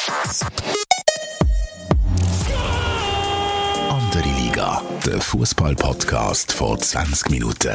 Andere Liga, der Fußball-Podcast vor 20 Minuten.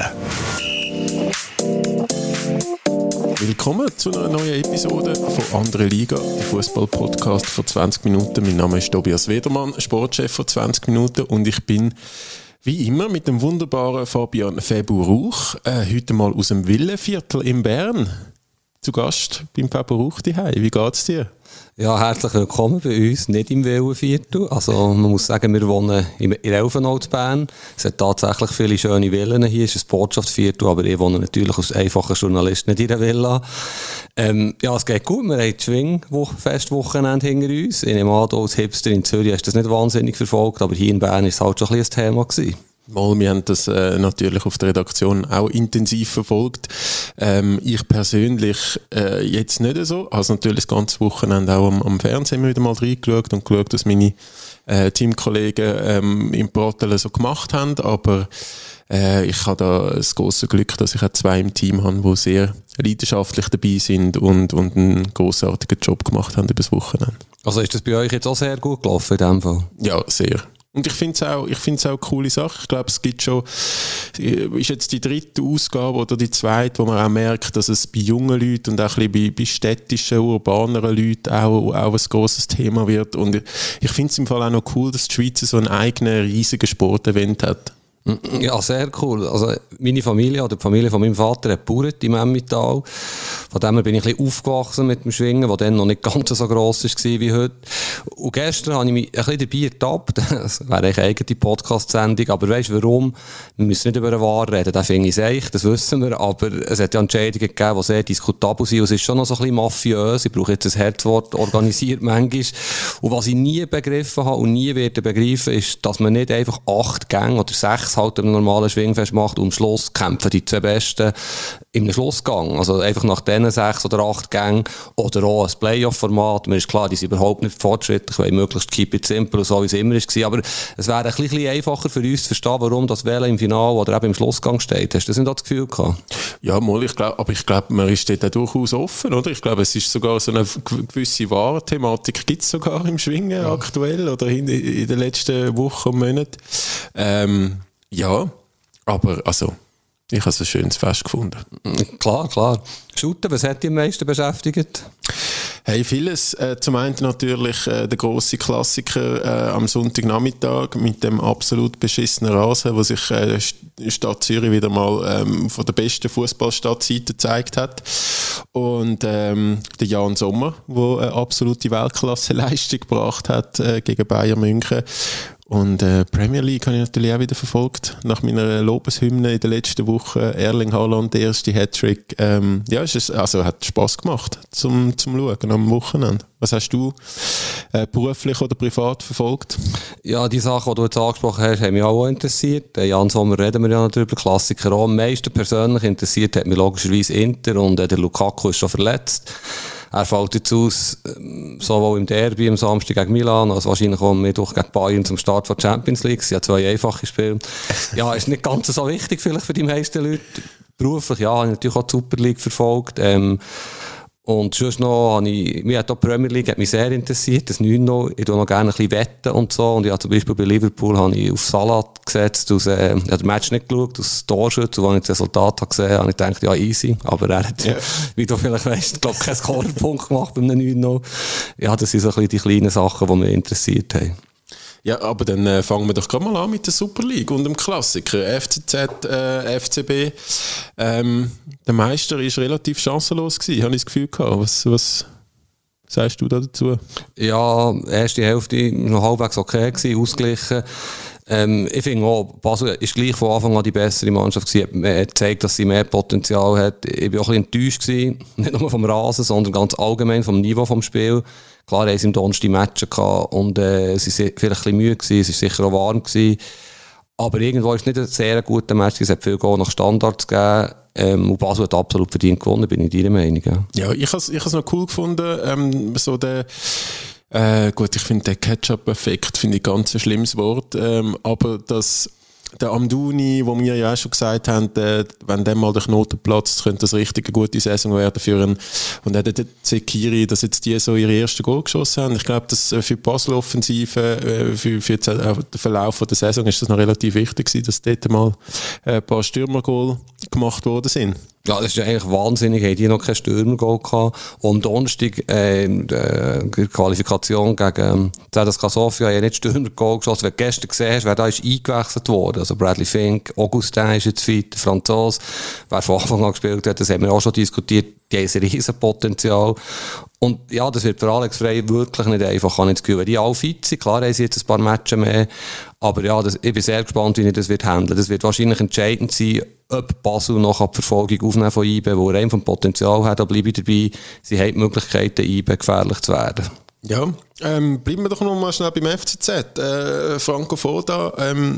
Willkommen zu einer neuen Episode von Andere Liga, der Fußball-Podcast vor 20 Minuten. Mein Name ist Tobias Wedermann, Sportchef von 20 Minuten und ich bin wie immer mit dem wunderbaren Fabian Febu Rauch, heute mal aus dem Villenviertel in Bern, zu Gast beim Febu Rauch daheim. Wie geht's dir? Ja, herzlich willkommen bei uns, nicht im Villenviertel. Also man muss sagen, wir wohnen in Elfenau in Bern. Es hat tatsächlich viele schöne Villen hier, es ist ein Sportschaftsviertel, aber ich wohne natürlich als einfacher Journalist nicht in der Villa. Ja, es geht gut, wir haben das Schwingfestwochenende hinter uns. Ich nehme an, als Hipster in Zürich hast du das nicht wahnsinnig verfolgt, aber hier in Bern war es halt schon ein bisschen ein Thema gewesen. Mal, wir haben das natürlich auf der Redaktion auch intensiv verfolgt. Ich persönlich jetzt nicht so. Also natürlich das ganze Wochenende auch am Fernsehen wieder mal reingeschaut und geschaut, was meine Teamkollegen im Brotteln so gemacht haben. Aber ich habe da das grosse Glück, dass ich auch zwei im Team habe, die sehr leidenschaftlich dabei sind und einen grossartigen Job gemacht haben über das Wochenende. Also ist das bei euch jetzt auch sehr gut gelaufen in dem Fall? Ja, sehr. Und ich finde es auch eine coole Sache. Ich glaube, es gibt schon, ist jetzt die dritte Ausgabe oder die zweite, wo man auch merkt, dass es bei jungen Leuten und auch ein bisschen bei städtischen, urbaneren Leuten auch ein grosses Thema wird. Und ich finde es im Fall auch noch cool, dass die Schweiz so einen eigenen riesigen Sportevent hat. Ja, sehr cool. Also meine Familie oder die Familie von meinem Vater hat gebaut im Emmental. Von dem her bin ich ein bisschen aufgewachsen mit dem Schwingen, das dann noch nicht ganz so gross war wie heute. Und gestern habe ich mich ein bisschen dabei ertappt. Das wäre eigentlich eine eigene Podcast-Sendung. Aber weisst du warum? Wir müssen nicht über den Wahr reden. Den finde ich echt, das wissen wir. Aber es hat ja Entscheidungen gegeben, die sehr diskutabel sind. Und es ist schon noch so ein bisschen mafiös. Ich brauche jetzt ein Herzwort, organisiert manchmal. Und was ich nie begriffen habe und nie werde begreifen, ist, dass man nicht einfach 8 Gänge oder 6 halt im normalen Schwingfest macht und am Schluss kämpfen die 2 Besten im Schlussgang. Also einfach nach diesen 6 oder 8 Gängen oder auch ein Playoff-Format. Mir ist klar, die sind überhaupt nicht fortschrittlich, weil möglichst keep it simple und so, wie es immer war. Aber es wäre ein bisschen einfacher für uns zu verstehen, warum das Velo im Finale oder eben im Schlussgang steht. Hast du das nicht das Gefühl gehabt? Ja, mal, ich glaube, man ist dort auch durchaus offen, oder? Ich glaube, es ist sogar so eine gewisse Wahrthematik gibt es sogar im Schwingen aktuell oder in den letzten Wochen und Monaten. Ja, aber also, ich habe ein schönes Fest gefunden. Klar. Shooter, was hat dich am meisten beschäftigt? Hey, vieles. Zum einen natürlich der grosse Klassiker am Sonntagnachmittag mit dem absolut beschissenen Rasen, wo sich Stadt Zürich wieder mal von der besten Fußballstadtseite gezeigt hat. Und der Jan Sommer, der eine absolute Weltklasse-Leistung gebracht hat gegen Bayern München. Und Premier League habe ich natürlich auch wieder verfolgt. Nach meiner Lobeshymne in der letzten Woche, Erling Haaland, der erste Hattrick. Hat Spass gemacht zum Schauen am Wochenende. Was hast du beruflich oder privat verfolgt? Ja, die Sachen, die du jetzt angesprochen hast, haben mich auch interessiert. Jan Sommer reden wir ja noch darüber, Klassiker auch. Am meisten persönlich interessiert hat mich logischerweise Inter und der Lukaku ist schon verletzt. Er fällt jetzt aus, sowohl im Derby am Samstag gegen Milan, als wahrscheinlich auch am Mittwoch gegen Bayern zum Start der Champions League. Es sind ja 2 einfache Spiele. Ja, ist nicht ganz so wichtig vielleicht für die meisten Leute. Beruflich, ja, habe ich natürlich auch die Super League verfolgt. Und sonst noch, mich hat auch die Premier League hat mich sehr interessiert, das 9-0. Ich tue noch gerne ein bisschen wetten und so. Und ich habe zum Beispiel bei Liverpool habe ich auf Salah gesetzt, ich habe den Match nicht geschaut, aus Torschütze, und als ich das Resultat habe gesehen habe, ich gedacht, ja, easy. Aber er hat, wie du vielleicht weißt, glaube ich, keinen Scorerpunkt gemacht beim 9-0. Ja, das sind so ein bisschen die kleinen Sachen, die mich interessiert haben. Ja, aber dann fangen wir doch gerade mal an mit der Super League und dem Klassiker FCZ, FCB. Der Meister war relativ chancenlos gewesen, habe ich das Gefühl gehabt. Was sagst du da dazu? Ja, die erste Hälfte war noch halbwegs okay gewesen, ausgeglichen. Ich finde auch, Basel ist gleich von Anfang an die bessere Mannschaft gewesen. Man hat gezeigt, dass sie mehr Potenzial hat. Ich war auch ein bisschen enttäuscht gewesen, nicht nur vom Rasen, sondern ganz allgemein vom Niveau des Spiels. Klar, haben sie im Donnerstag Matches gehabt und sie waren vielleicht ein bisschen müde gewesen, es war sicher auch warm gewesen. Aber irgendwo war es nicht ein sehr guter Match, es hat viel Goal nach Standards gegeben. Und Basel hat absolut verdient gewonnen, bin ich deiner Meinung. Ja, ich habe es noch cool gefunden, so der gut, ich finde den Catch-up-Effekt finde ich ganz ein schlimmes Wort, aber das der Amdouni, wo wir ja auch schon gesagt haben, wenn der mal der Knoten platzt, könnte das richtig eine gute Saison werden für ihn. Und auch der Zekiri, dass jetzt die so ihre ersten Goal geschossen haben. Ich glaube, dass für die Basel-Offensive, für den Verlauf der Saison ist das noch relativ wichtig gewesen, dass dort mal ein paar Stürmer-Goal gemacht worden sind. Ja, das ist ja eigentlich wahnsinnig. Haben die noch keinen Stürmer-Goal gehabt. Und am Donnerstag in der Qualifikation gegen ZSKA Sofia haben nicht Stürmer-Goal geschossen. Wenn du gestern gesehen hast, wer da ist eingewechselt worden. Also Bradley Fink, Augustin ist jetzt fit, der Franzose, wer von Anfang an gespielt hat, das haben wir auch schon diskutiert. Die haben ein riesen Potenzial. Und ja, das wird für Alex Frey wirklich nicht einfach, kann ich das Gefühl. Wenn die alle fit sind, klar haben sie jetzt ein paar Matches mehr, aber ja, ich bin sehr gespannt, wie er das wird handeln. Das wird wahrscheinlich entscheidend sein, ob Basel noch die Verfolgung aufnehmen von IB, wo er rein vom Potenzial hat, da bleibe ich dabei. Sie haben die Möglichkeiten, IB gefährlich zu werden. Ja, bleiben wir doch noch mal schnell beim FCZ. Franco Foda,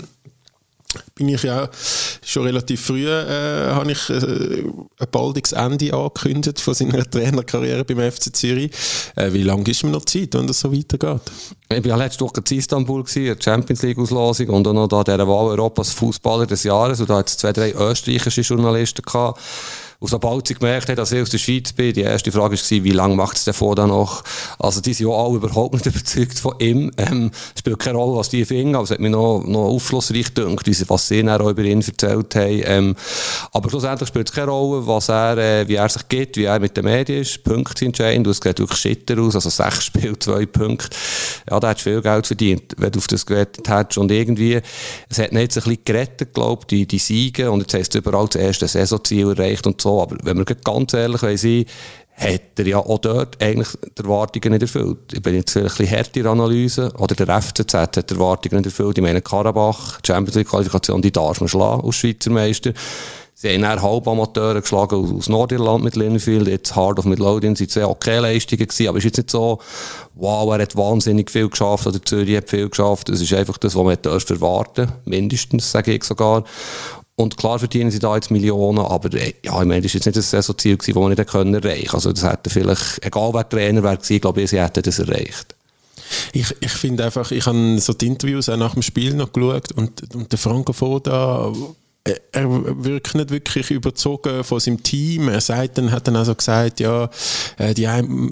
bin ich ja schon relativ früh, habe ich ein baldiges Ende angekündigt von seiner Trainerkarriere beim FC Zürich. Wie lange ist mir noch Zeit, wenn das so weitergeht? Ich war ja letzte Woche in Istanbul, in der Champions League Auslosung und dann noch da dieser Wahl Europas Fußballer des Jahres und da hat es 2, 3 österreichische Journalisten gehabt. Und sobald sie gemerkt haben, dass ich aus der Schweiz bin, die erste Frage war, wie lange macht es davon dann noch? Also die sind ja alle überhaupt nicht überzeugt von ihm. Spielt keine Rolle, was die finden, aber es hat mich noch aufschlussreich gedacht, was sie dann auch über ihn erzählt haben. Aber schlussendlich spielt es keine Rolle, wie er sich gibt, wie er mit den Medien ist. Punkte sind entscheidend, es sieht wirklich Schitter aus, also 6 Spiele, 2 Punkte. Ja, da hättest du viel Geld verdient, wenn du auf das gewettet hättest. Und irgendwie, es hat nicht ein bisschen gerettet, glaube ich, die Siege, und jetzt heisst es überall das erste Saisonziel erreicht und so. Aber wenn wir ganz ehrlich sein, hat er ja auch dort eigentlich die Erwartungen nicht erfüllt. Ich bin jetzt vielleicht ein bisschen härtere Analyse. Oder der FCZ hat die Erwartungen nicht erfüllt. Ich meine, Karabach, Champions League Qualifikation, die darf man schlagen als Schweizer Meister. Sie haben dann Halbamateure geschlagen aus Nordirland mit Linfield, jetzt Heart of Midlothian, sind 2 okay Leistungen gewesen, aber es ist jetzt nicht so, wow, er hat wahnsinnig viel geschafft, oder Zürich hat viel geschafft. Es ist einfach das, was man erwarten darf, mindestens, sage ich sogar. Und klar verdienen sie da jetzt Millionen, aber ja, ich meine, das war jetzt nicht ein Saisonziel, das man nicht erreichen konnte. Also das hätte vielleicht, egal wer Trainer wäre gewesen, glaube ich, sie hätten das erreicht. Ich finde einfach, ich habe so die Interviews auch nach dem Spiel noch geschaut und der Franco Foda, er wirkt nicht wirklich überzogen von seinem Team. Er hat dann also gesagt, ja, die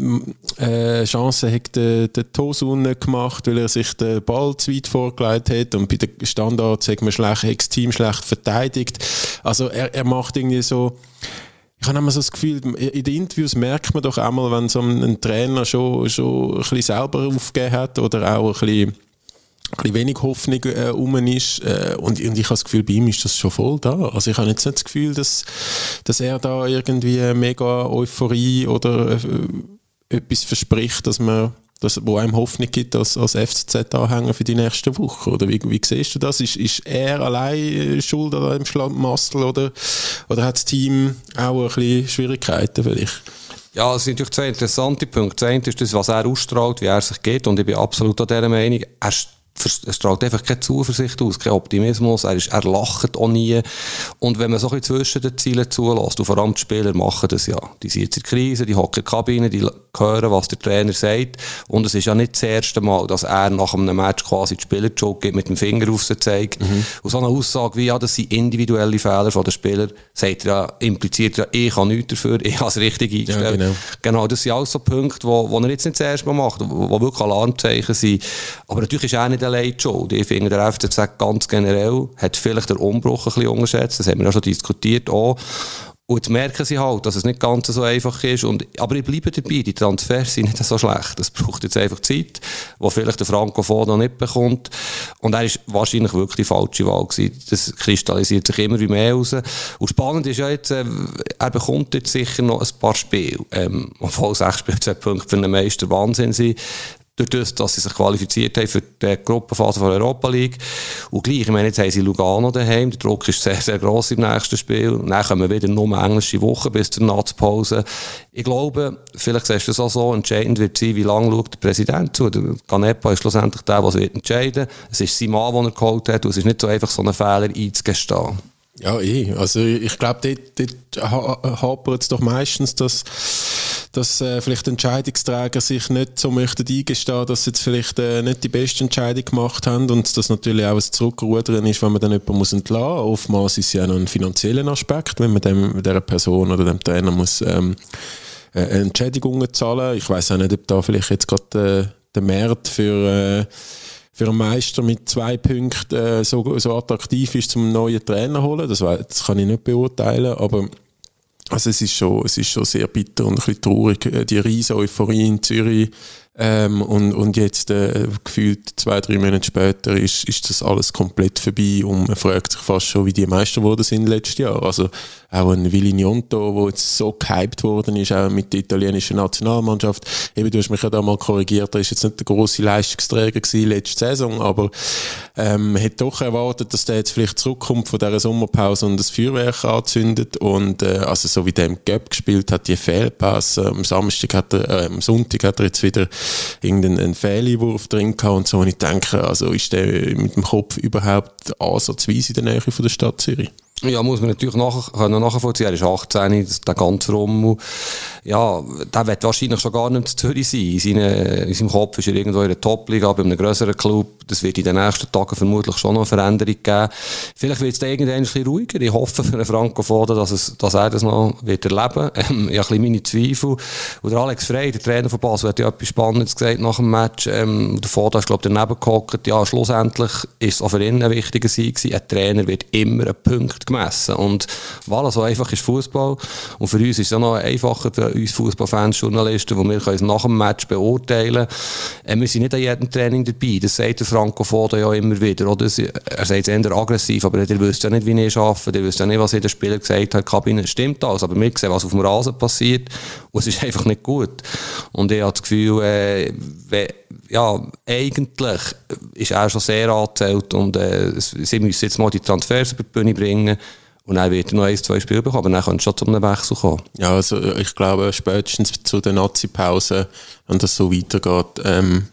eine Chance hat der Tosun nicht gemacht, weil er sich den Ball zu weit vorgelegt hat, und bei den Standards hat das Team schlecht verteidigt. Also er macht irgendwie so, ich habe immer so das Gefühl, in den Interviews merkt man doch einmal, wenn so ein Trainer schon ein bisschen selber aufgegeben hat oder auch ein bisschen wenig Hoffnung ist. Und ich habe das Gefühl, bei ihm ist das schon voll da. Also ich habe jetzt nicht das Gefühl, dass er da irgendwie mega Euphorie oder etwas verspricht, wo einem Hoffnung gibt als FCZ-Anhänger für die nächsten Wochen. Oder wie siehst du das? Ist er allein schuld an dem Schlamassel oder hat das Team auch ein bisschen Schwierigkeiten vielleicht? Ja, es sind natürlich 2 interessante Punkte. Das eine ist das, was er ausstrahlt, wie er sich geht, und ich bin absolut an dieser Meinung. Er strahlt einfach keine Zuversicht aus, kein Optimismus, er lacht auch nie. Und wenn man so ein bisschen zwischen den Zielen zulässt, und vor allem die Spieler machen das ja, die sind jetzt in der Krise, die hocken in der Kabine, die hören, was der Trainer sagt, und es ist ja nicht das erste Mal, dass er nach einem Match quasi die Spieler gibt, mit dem Finger auf sie zeigt. Und so eine Aussage wie, ja, das sind individuelle Fehler von den Spielern, sagt er ja, impliziert ja, ich habe nichts dafür, ich habe es richtig eingestellt. Ja, genau, das sind alles so Punkte, wo er jetzt nicht das erste Mal macht, wo wirklich Alarmzeichen sind. Aber natürlich ist er nicht allein schuld. Ich finde, der FCZ ganz generell hat vielleicht den Umbruch ein bisschen unterschätzt, das haben wir ja schon diskutiert auch. Und jetzt merken sie halt, dass es nicht ganz so einfach ist. Aber ich bleibe dabei, die Transfers sind nicht so schlecht. Das braucht jetzt einfach Zeit, die vielleicht der Franco Foda nicht bekommt. Und er ist wahrscheinlich wirklich die falsche Wahl gewesen. Das kristallisiert sich immer wie mehr raus. Und spannend ist ja jetzt, er bekommt jetzt sicher noch ein paar Spiele. Obwohl 6 Spiele 2 Punkte für einen Meister Wahnsinn sind. Durch das, dass sie sich qualifiziert haben für die Gruppenphase der Europa League. Und gleich, ich meine, jetzt haben sie Lugano daheim, der Druck ist sehr, sehr gross im nächsten Spiel. Und dann kommen wieder nur englische Wochen bis zur Nachtpause. Ich glaube, vielleicht siehst du es auch so, entscheidend wird sein, wie lange schaut der Präsident zu. Der Canepa ist schlussendlich der, der es entscheiden wird. Es ist sein Mann, den er geholt hat, und es ist nicht so einfach, so einen Fehler einzugestehen. Ja, also ich glaube, dort hapert es doch meistens, dass dass vielleicht Entscheidungsträger sich nicht so möchten eingestehen, dass sie jetzt vielleicht nicht die beste Entscheidung gemacht haben und das natürlich auch ein Zurückrudern ist, wenn man dann jemanden muss entlassen muss. Oftmals ist es ja noch ein finanzieller Aspekt, wenn man dieser Person oder dem Trainer muss Entschädigungen zahlen. Ich weiss auch nicht, ob da vielleicht jetzt gerade der Markt für einen Meister mit 2 Punkten so attraktiv ist, zum neuen Trainer zu holen. Das kann ich nicht beurteilen, aber also es ist schon sehr bitter und ein bisschen traurig, die riesen Euphorie in Zürich. Und jetzt gefühlt 2-3 Monate später ist das alles komplett vorbei und man fragt sich fast schon, wie die Meister geworden sind letztes Jahr. Also auch ein Willi Gnonto, der jetzt so gehypt worden ist, auch mit der italienischen Nationalmannschaft. Eben, du hast mich ja da mal korrigiert, er ist jetzt nicht der grosse Leistungsträger gewesen letzte Saison, aber hätte doch erwartet, dass der jetzt vielleicht zurückkommt von dieser Sommerpause und das Feuerwerk anzündet und also so wie der im Cup gespielt hat, die Fehlpässe, am Sonntag hat er jetzt wieder irgendeinen Fehleinwurf drin gehabt und so, und ich denke, also ist der mit dem Kopf überhaupt ansatzweise in der Nähe von der Stadt Zürich? Ja, muss man natürlich nachvollziehen. Er ist 18, der ganze Rummel. Ja, der wird wahrscheinlich schon gar nicht zu Zürich sein. In seinem Kopf ist er irgendwo in der Top-Liga, bei einem grösseren Club. Das wird in den nächsten Tagen vermutlich schon noch eine Veränderung geben. Vielleicht wird es dann irgendwann ein bisschen ruhiger. Ich hoffe für einen Franco Foda, dass er das noch wird erleben wird. Ich habe ein bisschen meine Zweifel. Und der Alex Frey, der Trainer von Basel, hat ja etwas Spannendes gesagt nach dem Match. Der Foda ist, glaube ich, daneben gehockt. Ja, schlussendlich ist es auch für ihn ein wichtiger Sieg gewesen. Ein Trainer wird immer einen Punkt gemessen. Und voilà, so einfach ist Fußball. Und für uns ist es auch noch einfacher, für uns Fußballfans, Journalisten, wo wir es nach dem Match beurteilen können. Wir sind nicht an jedem Training dabei. Das sagt der Franco Foda ja immer wieder. Oder? Er sagt es eher aggressiv, aber ihr wisst ja nicht, wie ich arbeite. Ihr wisst ja nicht, was jeder Spieler gesagt hat. Die Kabine stimmt alles. Aber wir sehen, was auf dem Rasen passiert. Und es ist einfach nicht gut. Und ich habe das Gefühl, eigentlich ist er schon sehr angezählt und sie müssen jetzt mal die Transfers über die Bühne bringen. Und dann wird er noch 1-2 Spiele bekommen, aber dann könnte es schon zu einem Wechsel kommen. Ja, also ich glaube, spätestens zu der Nazi-Pause, wenn das so weitergeht,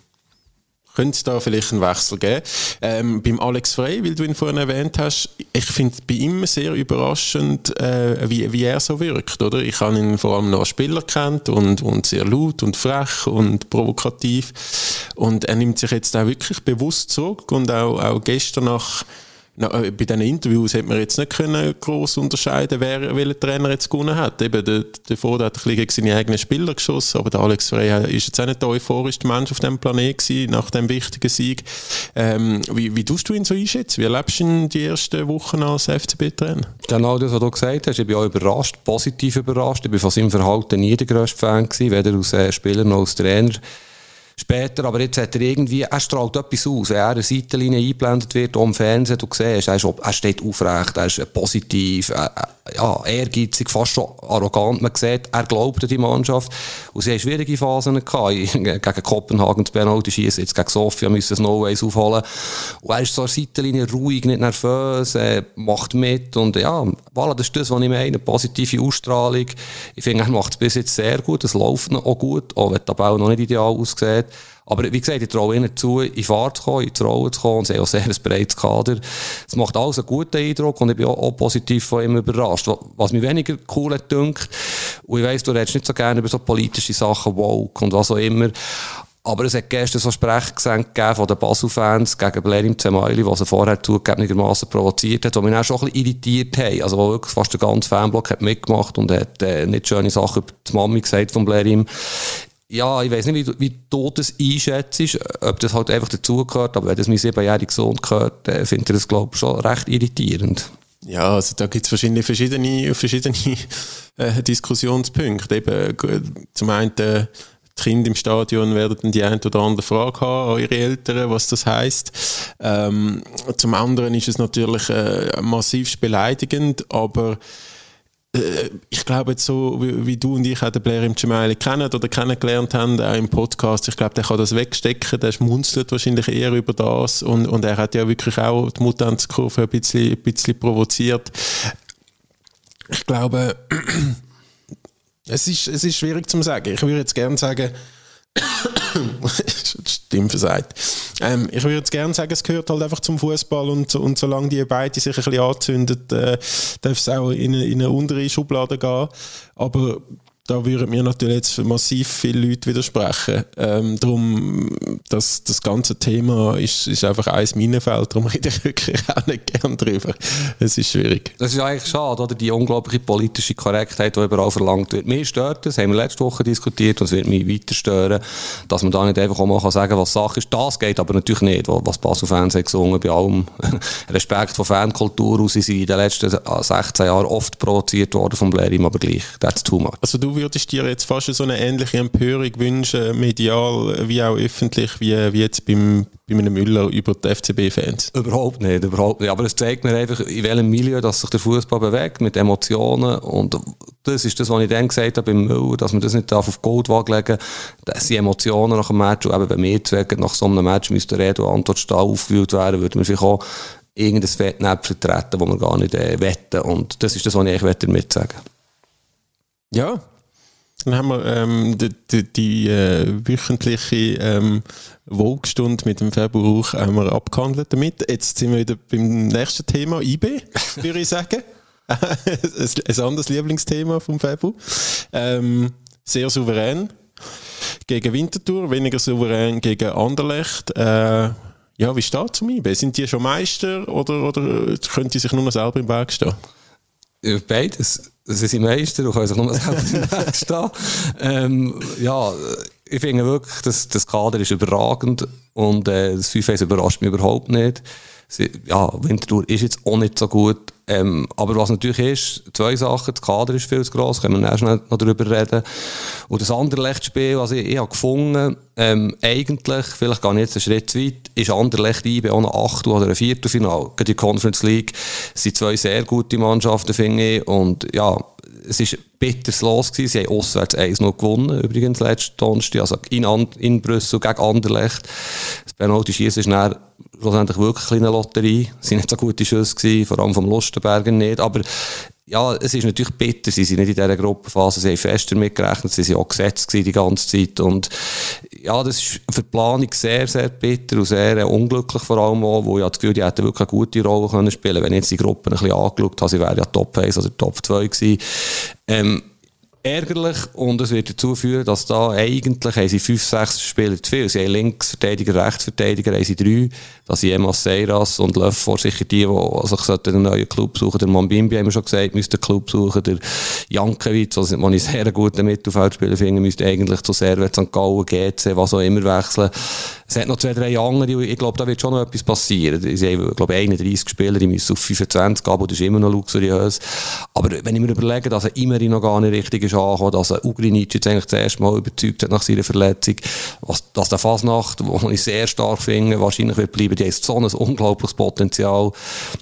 könnte es da vielleicht einen Wechsel geben. Beim Alex Frey, weil du ihn vorhin erwähnt hast, ich finde bei ihm sehr überraschend, wie er so wirkt. Oder? Ich habe ihn vor allem noch als Spieler kennt und sehr laut und frech und provokativ. Und er nimmt sich jetzt auch wirklich bewusst zurück und auch gestern bei diesen Interviews hat man jetzt nicht gross unterscheiden, welcher Trainer jetzt gewonnen hat. Eben, der Foda hat ein bisschen gegen seine eigenen Spieler geschossen, aber der Alex Frey ist jetzt auch nicht der euphorischste Mensch auf diesem Planeten gewesen, nach dem wichtigen Sieg. Wie tust du ihn so einschätzen? Wie erlebst du ihn die ersten Wochen als FCB-Trainer? Genau das, was du gesagt hast. Ich bin auch überrascht, positiv überrascht. Ich bin von seinem Verhalten nie der grösste Fan gewesen, weder als Spieler noch als Trainer. Später, aber jetzt hat er strahlt etwas aus. Wenn er eine Seitenlinie eingeblendet wird, am Fernsehen, du siehst, er steht aufrecht, er ist positiv, ehrgeizig, fast schon arrogant. Man sieht, er glaubt an die Mannschaft. Und sie haben schwierige Phasen gehabt. Gegen Kopenhagen das Penalty schießen, jetzt gegen Sofia müssen sie No-Ways aufholen. Und er ist so an der Seitenlinie ruhig, nicht nervös, macht mit. Und ja, voilà, das ist das, was ich meine. Positive Ausstrahlung. Ich finde, er macht es bis jetzt sehr gut. Es läuft auch gut, auch wenn die Tabelle noch nicht ideal aussieht. Aber wie gesagt, ich traue ihnen zu, in Fahrt zu kommen, in die Rolle zu kommen, und sie haben auch sehr ein breites Kader. Es macht alles einen guten Eindruck und ich bin auch positiv von ihm überrascht. Was mich weniger cool hat gedünkt, und ich weiss, du redest nicht so gerne über so politische Sachen, woke und was auch immer, aber es hat gestern so Sprechgesänge gegeben von den Basel-Fans gegen Blerim Zemaili, was er vorher zugegebenermaßen provoziert hat, die mich auch schon ein bisschen irritiert haben. Also wo wirklich fast der ganze Fanblock hat mitgemacht und hat nicht schöne Sachen über die Mami gesagt von Blerim. Ja, ich weiss nicht, wie du das einschätzt, ob das halt einfach dazugehört, aber wenn das mein 7-jähriger Sohn gehört, findet er das, glaube ich, schon recht irritierend. Ja, also da gibt es wahrscheinlich verschiedene Diskussionspunkte. Eben, zum einen, die Kinder im Stadion werden die eine oder andere Frage haben an ihre Eltern, was das heisst. Zum anderen ist es natürlich massiv beleidigend, aber ich glaube jetzt so, wie du und ich auch den Blerim Zemaili kennen oder kennengelernt haben, auch im Podcast, ich glaube, der kann das wegstecken, der schmunzelt wahrscheinlich eher über das und er hat ja wirklich auch die Mutanzkurve ein bisschen provoziert. Ich glaube, es ist schwierig zu sagen. Ich würde jetzt gerne sagen, Stimme versagt. Ich würde jetzt gerne sagen, es gehört halt einfach zum Fußball und solange die beiden sich ein bisschen anzünden, darf es auch in eine untere Schublade gehen. Aber da würden mir natürlich jetzt massiv viele Leute widersprechen. Darum, das ganze Thema ist einfach ein Minenfeld, darum rede ich wirklich auch nicht gern drüber. Es ist schwierig. Das ist eigentlich schade, oder? Die unglaubliche politische Korrektheit, die überall verlangt wird. Mir stört das, haben wir letzte Woche diskutiert und es wird mich weiter stören, dass man da nicht einfach auch mal sagen kann, was Sache ist. Das geht aber natürlich nicht, was Basel-Fans haben gesungen, bei allem Respekt von Fankultur aus, sie sind in den letzten 16 Jahren oft provoziert worden vom Blerim, aber gleich, that's too much. Also du würdest dir jetzt fast so eine ähnliche Empörung wünschen, medial wie auch öffentlich, wie jetzt bei einem Müller über die FCB-Fans? Überhaupt nicht. Aber es zeigt mir einfach, in welchem Milieu dass sich der Fußball bewegt, mit Emotionen. Und das ist das, was ich dann gesagt habe beim Müller, dass man das nicht auf Goldwaage legen darf. Das sind Emotionen nach dem Match. Und eben bei mir nach so einem Match müsste Rede und Antwort stehen aufgewühlt werden, würde man vielleicht auch irgendein Fettnäpfchen vertreten, das wir gar nicht wetten. Und das ist das, was ich eigentlich damit sagen möchte. Ja, dann haben wir die wöchentliche Vogue-Stunde mit dem Fabio Rauch haben abgehandelt damit. Jetzt sind wir wieder beim nächsten Thema, IB, würde ich sagen. Ein anderes Lieblingsthema vom Fabio. Sehr souverän gegen Winterthur, weniger souverän gegen Anderlecht. Ja, wie steht es zum IB? Sind die schon Meister oder können die sich nur noch selber im Weg stehen? Beides. Sie sind Meister und können sich nur selber im Weg stehen. Ja, ich finde wirklich, das Kader ist überragend und das 5-1 überrascht mich überhaupt nicht. Ja, Winterthur ist jetzt auch nicht so gut. Aber was natürlich ist, zwei Sachen, das Kader ist viel zu gross, können wir dann schnell noch darüber reden. Und das Anderlecht-Spiel, was ich habe gefunden, eigentlich, vielleicht gehe ich jetzt einen Schritt zu weit, ist Anderlecht IB auch ein Achtel- oder ein Viertelfinale. Die Conference League sind zwei sehr gute Mannschaften, finde ich. Und ja, es war bitters los gewesen. Sie haben auswärts 1-0 gewonnen, übrigens letzten Donnerstag, also in Brüssel gegen Anderlecht. Das Penalty-Schiessen ist dann schlussendlich wirklich eine kleine Lotterie. Es waren nicht so gute Schüsse gewesen, vor allem vom Lustenberger nicht. Aber ja, es ist natürlich bitter. Sie sind nicht in dieser Gruppenphase, sie haben fester mitgerechnet, sie waren auch gesetzt die ganze Zeit. Und ja, das ist für die Planung sehr, sehr bitter und sehr unglücklich vor allem auch, wo ich das Gefühl, die hätten wirklich eine gute Rolle können spielen. Wenn ich jetzt die Gruppe ein bisschen angeschaut habe, sie wären ja Top 1 oder Top 2 gewesen. Ärgerlich, und es wird dazu führen, dass da eigentlich haben sie 5-6 Spieler zu viel. Sie haben Linksverteidiger, Rechtsverteidiger, haben sie 3. Das sind Emas Seiras und Löffler, sicher die sich einen neuen Club suchen. Der Mambimbi haben wir schon gesagt, müsste einen Club suchen. Der Jankiewicz, also man ist sehr guten Mittelfeldspieler finden, müsste eigentlich zu Servet, St. Gallen, GC, was auch immer wechseln. Es hat noch 2-3 andere, ich glaube, da wird schon noch etwas passieren. Sie haben, glaube ich, 31 Spieler, die müssen auf 25 gehen, das ist immer noch luxuriös. Aber wenn ich mir überlege, dass ein Imeri noch gar nicht richtig ist angekommen, dass ein Ugrinic jetzt eigentlich das erste Mal überzeugt hat nach seiner Verletzung, dass der Fasnacht, wo ich sehr stark finde, wahrscheinlich wird bleiben, die hat so ein unglaubliches Potenzial.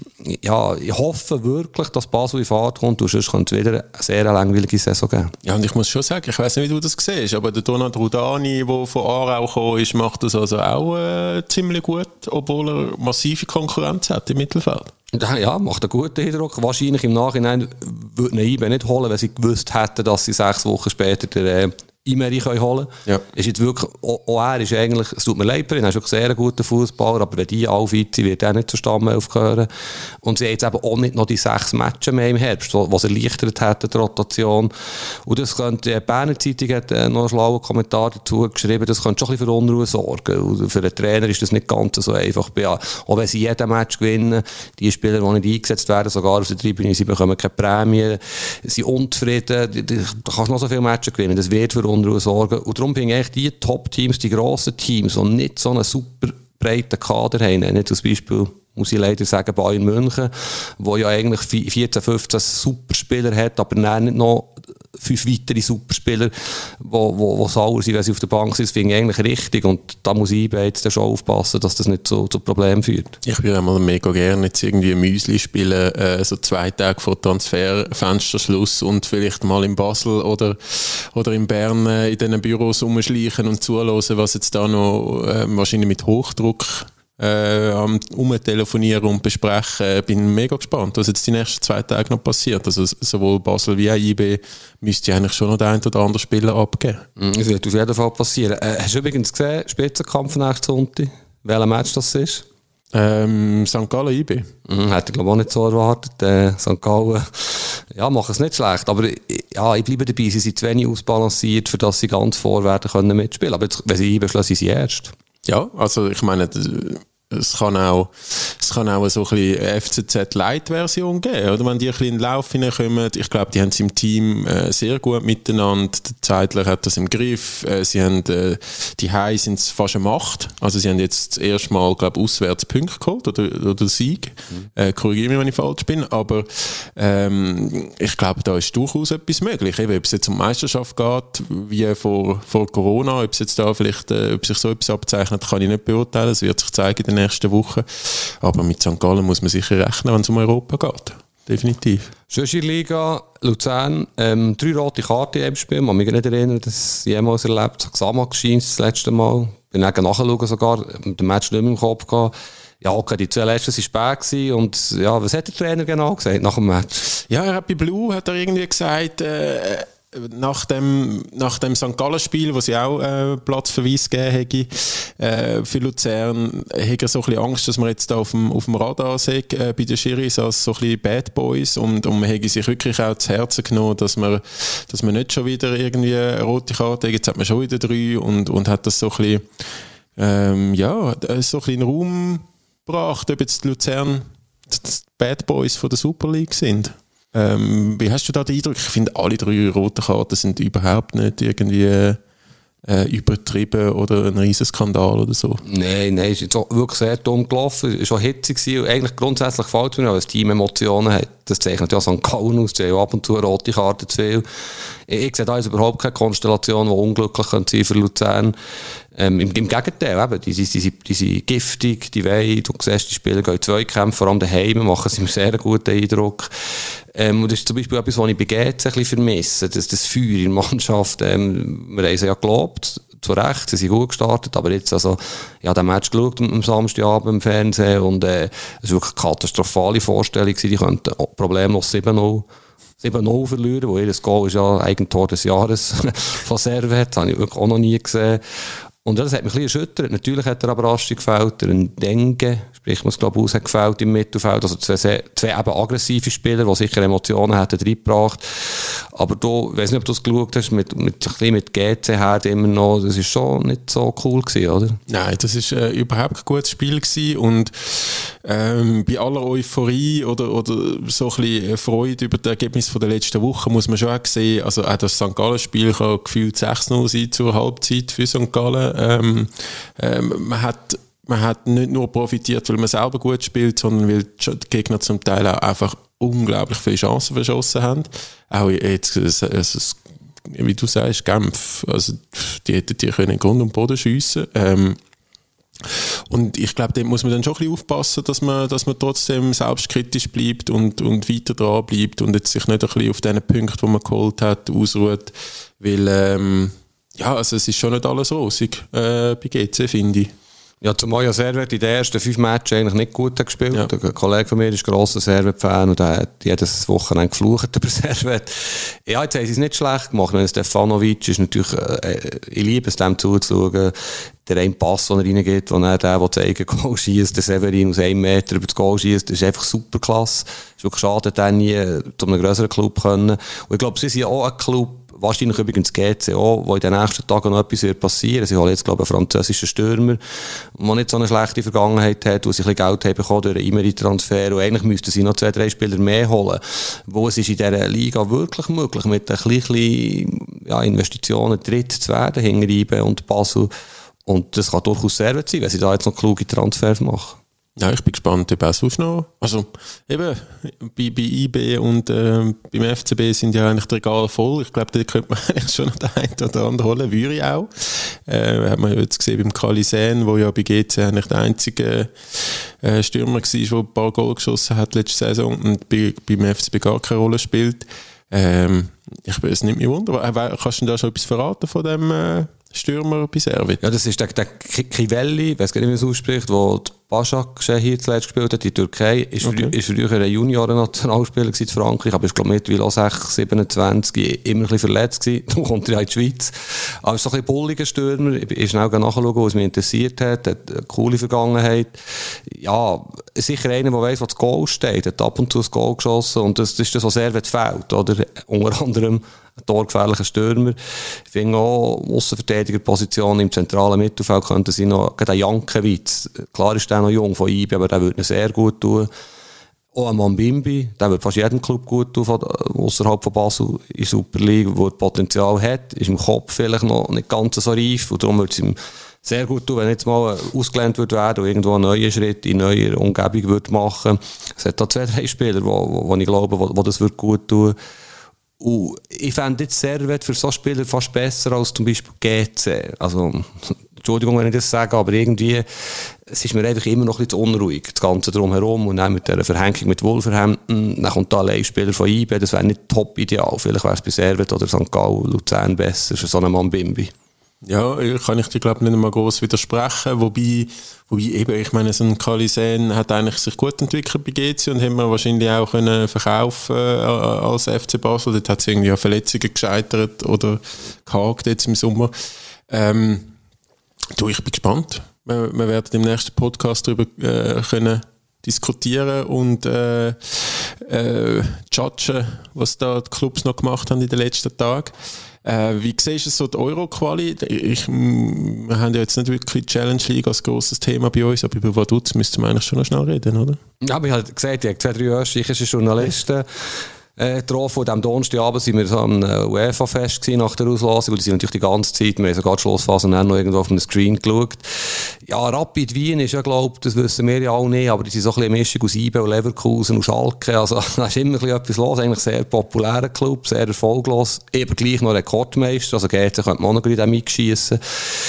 Ja, ich hoffe wirklich, dass Basel in Fahrt kommt und sonst könnte es wieder eine sehr langweilige Saison geben. Ja, und ich muss schon sagen, ich weiss nicht, wie du das siehst, aber der Donat Rudani, der von Aarau gekommen ist, macht das also auch ziemlich gut, obwohl er massive Konkurrenz hat im Mittelfeld. Ja, macht einen guten Eindruck. Wahrscheinlich im Nachhinein würde eine IB nicht holen, wenn sie gewusst hätten, dass sie 6 Wochen später den Imeri holen können. Ja. Ist jetzt wirklich, auch er ist eigentlich, es tut mir leid für ihn, er ist wirklich sehr ein guter Fußballer, aber wenn die alle fit sind, wird er nicht zur Stammelf gehören. Und sie haben jetzt eben auch nicht noch die 6 Matches mehr im Herbst, was erleichtert hätte, die Rotation. Und das könnte, die Berner Zeitung hat noch einen schlauen Kommentar dazu geschrieben, das könnte schon ein bisschen für Unruhe sorgen. Und für den Trainer ist das nicht ganz so einfach. Ja, auch wenn sie jeden Match gewinnen, die Spieler, die nicht eingesetzt werden, sogar aus der Tribüne, sie bekommen keine Prämie, sind unzufrieden, da kannst du noch so viele Matches gewinnen, das wird für Unruhe sorgen. Und darum finde ich die Top-Teams, die grossen Teams, die nicht so einen super breiten Kader haben, nicht zum Beispiel, muss ich leider sagen, Bayern München, wo ja eigentlich 14, 15 Superspieler hat, aber dann nicht noch 5 weitere Superspieler, die sauer sind, wenn sie auf der Bank sind. Das finde ich eigentlich richtig. Und da muss ich jetzt schon aufpassen, dass das nicht zu Problemen führt. Ich würde einmal mega gerne jetzt irgendwie Müsli spielen, so 2 Tage vor Transferfensterschluss und vielleicht mal in Basel oder in Bern in diesen Büros rumschleichen und zuhören, was jetzt da noch wahrscheinlich mit Hochdruck umtelefonieren und besprechen. Bin mega gespannt, was jetzt die nächsten 2 Tage noch passiert. Also sowohl Basel wie auch IB müsste eigentlich schon noch den einen oder anderen Spieler abgeben. Das wird auf jeden Fall passieren. Hast du übrigens gesehen, Spitzenkampf nächsten Sonntag? Welcher Match das ist? St. Gallen IB. Hätte ich glaube auch nicht so erwartet. St. Gallen Ja, machen es nicht schlecht, aber ja, ich bleibe dabei, sie sind zu wenig ausbalanciert, für dass sie ganz vorwärts können mitspielen. Aber jetzt, wenn sie einbeschließen, sind sie erst. Ja, also ich meine, es kann auch so ein bisschen FCZ-Light-Version geben, oder? Wenn die ein bisschen in den Lauf hineinkommen, ich glaube, die haben es im Team sehr gut miteinander, der Zeidler hat das im Griff, sie haben, die High sind fast eine Macht, also sie haben jetzt das erste Mal, glaube ich, auswärts Punkte geholt, oder Sieg, korrigiere mich, wenn ich falsch bin, aber ich glaube, da ist durchaus etwas möglich, eben, ob es jetzt um Meisterschaft geht, wie vor Corona, ob es jetzt da vielleicht, ob sich so etwas abzeichnet, kann ich nicht beurteilen, es wird sich zeigen in den nächsten Wochen. Aber mit St. Gallen muss man sicher rechnen, wenn es um Europa geht. Definitiv. Schöne Liga, Luzern, 3 rote Karten im Spiel. Man kann mich nicht erinnern, dass ich jemals erlebt habe. Xamax scheint das letzte Mal. Ich bin dann nachschauen sogar, mit dem Match nicht mehr im Kopf gehabt. Ja, okay, die 2 letzten waren spät und ja, was hat der Trainer genau gesagt nach dem Match? Ja, er hat bei Blue hat er irgendwie gesagt, nach dem St. Gallen-Spiel, wo sie auch Platzverweis gegeben hätte, für Luzern, hat er so ein bisschen Angst, dass man jetzt da auf dem Radar sieht, bei den Schiris als so ein bisschen Bad Boys und man hätte sich wirklich auch zu Herzen genommen, dass man nicht schon wieder irgendwie eine rote Karte hat, jetzt hat man schon wieder 3 und hat das so ein bisschen, so ein bisschen in den Raum gebracht, ob jetzt Luzern die Bad Boys von der Super League sind. Wie hast du da den Eindruck? Ich finde, alle 3 roten Karten sind überhaupt nicht irgendwie übertrieben oder ein riesen Skandal oder so. Nein, es ist wirklich sehr dumm gelaufen. Es war schon hitzig und eigentlich grundsätzlich gefällt mir, weil das Team Emotionen hat. Das zeichnet ja St. Gallen aus, die haben ab und zu rote Karten zu viel. Ich sehe da jetzt überhaupt keine Konstellation, die unglücklich sein könnte für Luzern. Im Gegenteil, eben, die sind giftig, die wollen, du siehst, die Spieler gehen in Zweikämpfe, vor allem daheim, machen sie mir sehr einen guten Eindruck. Und das ist zum Beispiel etwas, was ich bei GC ein bisschen vermisse, das Feuer in der Mannschaft. Wir haben es ja gelobt, zu Recht, sie sind gut gestartet, aber jetzt, also, ich habe den Match geschaut am Samstagabend im Fernsehen und es war wirklich eine katastrophale Vorstellung, die könnten problemlos 7-0 verlieren, wo ihr Goal ist ja Eigentor des Jahres von Servet, das habe ich wirklich auch noch nie gesehen. Und das hat mich ein bisschen erschüttert. Natürlich hat er aber Asti gefällt, ein Dengue, sprich man es glaube ich aus, hat gefällt im Mittelfeld. Also zwei eben aggressive Spieler, die sicher Emotionen hätten reingebracht. Aber du, ich weiss nicht, ob du es geschaut hast, mit GC her immer noch, das ist schon nicht so cool gewesen, oder? Nein, das ist überhaupt kein gutes Spiel gewesen und bei aller Euphorie oder so ein bisschen Freude über das Ergebnis von der letzten Woche muss man schon auch sehen, also auch das St. Gallen-Spiel kann gefühlt 6-0 sein zur Halbzeit für St. Gallen. Man hat nicht nur profitiert, weil man selber gut spielt, sondern weil die Gegner zum Teil auch einfach unglaublich viele Chancen verschossen haben. Auch jetzt, wie du sagst, Genf, also die können in Grund und Boden schiessen. Und ich glaube, da muss man dann schon ein bisschen aufpassen, dass man trotzdem selbstkritisch bleibt und weiter dran bleibt und jetzt sich nicht ein bisschen auf den Punkten, die man geholt hat, ausruht. Weil, also es ist schon nicht alles rosig bei GC, finde ich. Ja, zumal ja Servet in den ersten 5 Matches eigentlich nicht gut gespielt. Ja. Ein Kollege von mir ist grosser Servet-Fan und der hat jedes Wochenende geflucht über Servet. Ja, jetzt haben sie es nicht schlecht gemacht. Stefanovic ist natürlich, ich liebe es, dem zuzuschauen. Der eine Pass, den er reingeht, wo er der zeigen Goal schießt, der Severin aus 1 Meter über das Goal schießt, das ist einfach super klasse. Es ist wirklich schade, dass er nie zu einem grösseren Club können. Und ich glaube, sie sind ja auch ein Club, wahrscheinlich übrigens GC auch, wo in den nächsten Tagen noch etwas wird passieren. Sie haben jetzt, glaube ich, einen französischen Stürmer, der nicht so eine schlechte Vergangenheit hat, wo sie ein bisschen Geld haben bekommen durch einen Imeri-Transfer. Und eigentlich müssten sie noch 2-3 Spieler mehr holen. Wo es ist in dieser Liga wirklich möglich, mit ein bisschen Investitionen dritt zu werden, hinter IB und Basel. Und das kann durchaus Servet sein, wenn sie da jetzt noch kluge Transfers machen. Ja, ich bin gespannt, ob er sonst noch. Also, eben, bei IB und beim FCB sind ja eigentlich die Regale voll. Ich glaube, da könnte man eigentlich schon noch den einen oder anderen holen. Würde ich auch. Hat man jetzt gesehen beim Kalisen, der ja bei GC eigentlich der einzige Stürmer war, der ein paar Goal geschossen hat letzte Saison und beim FCB gar keine Rolle spielt. Ich bin es nicht mehr wundern. Kannst du da schon etwas verraten von Stürmer bei Servet. Ja, das ist der Kivelli, ich weiß gar nicht, wie man es ausspricht, der Başak hier zuletzt gespielt hat in der Türkei. Ist früher ein Junioren-Nationalspieler in Frankreich, aber ist glaube ich mittlerweile auch 6, 27, immer ein bisschen verletzt gewesen. Dann kommt er in die Schweiz. Aber ist so ein bisschen bulliger Stürmer. Ich bin schnell nachschauen, was mich interessiert hat. Hat eine coole Vergangenheit. Ja, sicher einer, der weiss, was das Goal steht. Hat ab und zu das Goal geschossen und das ist das, was Servet fehlt, oder? Unter anderem ein torgefährlicher Stürmer. Ich finde auch, Aussenverteidigerposition im zentralen Mittelfeld könnte sein noch, gerade ein Jankiewicz. Klar ist der noch jung von IB, aber der würde ihn sehr gut tun. Auch ein Mambimbi, der würde fast jedem Club gut tun, außerhalb von Basel in der Super League, der Potenzial hat, ist im Kopf vielleicht noch nicht ganz so reif und darum würde es ihm sehr gut tun, wenn jetzt mal ausgelernt wird werden und irgendwo einen neuen Schritt in neuer Umgebung würde machen. Es hat da 2, 3 Spieler, wo ich glaube, wo das wird gut tun. Und ich fände jetzt Servet für so Spieler fast besser als zum Beispiel GC. Also, Entschuldigung, wenn ich das sage, aber irgendwie, es ist mir einfach immer noch ein bisschen unruhig, das Ganze drumherum. Und dann mit dieser Verhängung mit Wolverhampton, dann kommt da ein Spieler von IB, das wäre nicht top ideal. Vielleicht wäre es bei Servet oder St. Gallen, Luzern besser für so einen Mambimbi. Ja, kann ich dir glaube nicht einmal gross widersprechen, wobei eben, ich meine, so ein Kalisen hat eigentlich sich gut entwickelt bei GC und haben wir wahrscheinlich auch können verkaufen als FC Basel. Dort hat es irgendwie an Verletzungen gescheitert oder gehakt jetzt im Sommer. Ich bin gespannt. Wir werden im nächsten Podcast darüber können diskutieren und judgen, was da die Clubs noch gemacht haben in den letzten Tagen. Wie siehst du so die Euro-Quali? Wir haben ja jetzt nicht wirklich die Challenge League als grosses Thema bei uns, aber über Vaduz müssten wir eigentlich schon noch schnell reden, oder? Ja, aber ich habe gesagt, ich habe 2, 3 österreichische Journalisten getroffen. Und am Donnerstagabend waren wir so am UEFA-Fest nach der Auslosung und die sind natürlich die ganze Zeit, wir haben sogar die Schlussphase noch irgendwo auf einem Screen geschaut. Ja, Rapid Wien ist ja, glaube ich, das wissen wir ja auch nicht, aber die sind so ein bisschen eine Mischung aus IB und Leverkusen und Schalke, also da ist immer etwas los, eigentlich sehr populärer Club, sehr erfolglos, eben gleich noch Rekordmeister, also GC könnte man auch noch in den Mix schiessen.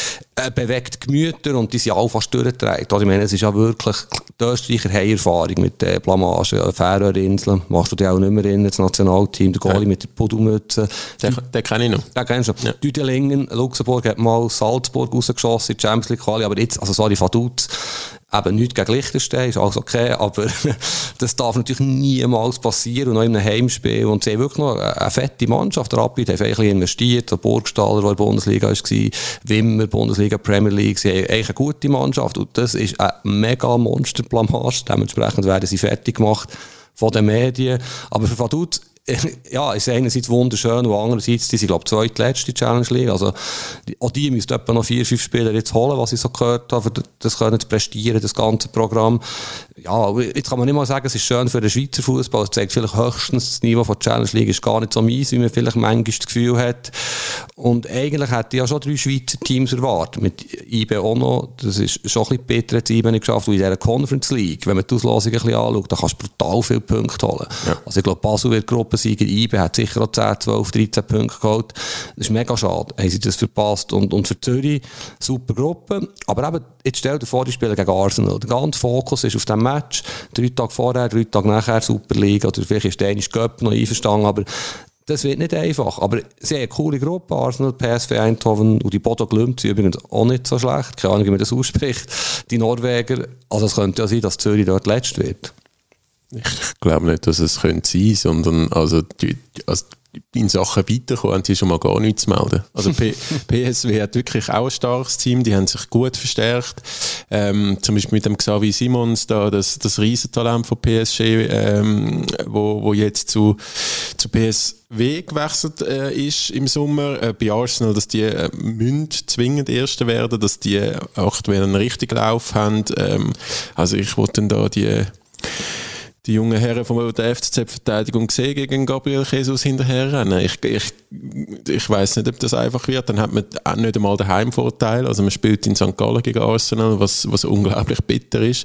Bewegt Gemüter und die sind auch fast durchgetragen. Also ich meine, es ist ja wirklich, die Österreicher haben Erfahrung mit Blamage, Färöerinseln, machst du dich auch nicht mehr in, das Nationalteam, der Goalie mit der Pudelmütze. Den kenne ich noch. Den kennst du. Ja. Düdelingen, Luxemburg hat mal Salzburg rausgeschossen in die Champions League Quali, aber jetzt, also sorry, Vaduz, eben nichts gegen Liechtenstein, ist alles okay, aber das darf natürlich niemals passieren und noch in einem Heimspiel. Und sie haben wirklich noch eine fette Mannschaft. Der Rapid hat ein bisschen investiert, der Burgstaller, der in der Bundesliga war, Wimmer, Bundesliga, Premier League, sie haben eigentlich eine gute Mannschaft und das ist eine mega Monster-Blamage. Dementsprechend werden sie fertig gemacht von den Medien. Aber für Vaduz, ja, ist einerseits wunderschön und andererseits, die sind, glaube ich, zweitletzte Challenge League. Also, auch die müssen etwa noch 4, 5 Spieler jetzt holen, was ich so gehört habe, das können zu prestieren, das ganze Programm. Ja, jetzt kann man nicht mal sagen, es ist schön für den Schweizer Fußball. Es zeigt vielleicht höchstens, das Niveau von der Challenge League ist gar nicht so mies, wie man vielleicht manchmal das Gefühl hat. Und eigentlich hätte ich ja schon 3 Schweizer Teams erwartet. Mit IB auch noch. Das ist schon ein bisschen bitter, jetzt IB nicht geschafft. Und in dieser Conference League, wenn man die Auslosung ein bisschen anschaut, dann kannst du brutal viele Punkte holen. Ja. Also ich glaube, Basel wird Gruppensieger, IB hat sicher auch 10, 12, 13 Punkte geholt. Das ist mega schade, haben sie das verpasst. Und für Zürich, super Gruppe. Aber eben, jetzt stell dir vor, die spielen gegen Arsenal. Der ganze Fokus ist auf dem Match. 3 Tage vorher, 3 Tage nachher Superliga. Oder vielleicht ist der Dänische Cup noch einverstanden. Aber das wird nicht einfach. Aber sie haben eine coole Gruppe. Arsenal, PSV Eindhoven und die Bodo Glimt sind übrigens auch nicht so schlecht. Keine Ahnung, wie man das ausspricht. Die Norweger. Also es könnte ja sein, dass Zürich dort letzt wird. Ich glaube nicht, dass es sein könnte, sondern also in Sachen weiterkommen haben sie schon mal gar nichts zu melden. Also PSV hat wirklich auch ein starkes Team, die haben sich gut verstärkt. Zum Beispiel mit dem Xavi Simons, da, das Riesentalent von PSG, wo jetzt zu PSV gewechselt ist im Sommer. Bei Arsenal, dass die müssen zwingend Erste werden, dass die aktuell einen richtigen Lauf haben. Also ich wollte dann da die jungen Herren von der FCZ-Verteidigung gesehen gegen Gabriel Jesus hinterherrennen. Ich weiss nicht, ob das einfach wird. Dann hat man auch nicht einmal den Heimvorteil. Also man spielt in St. Gallen gegen Arsenal, was unglaublich bitter ist.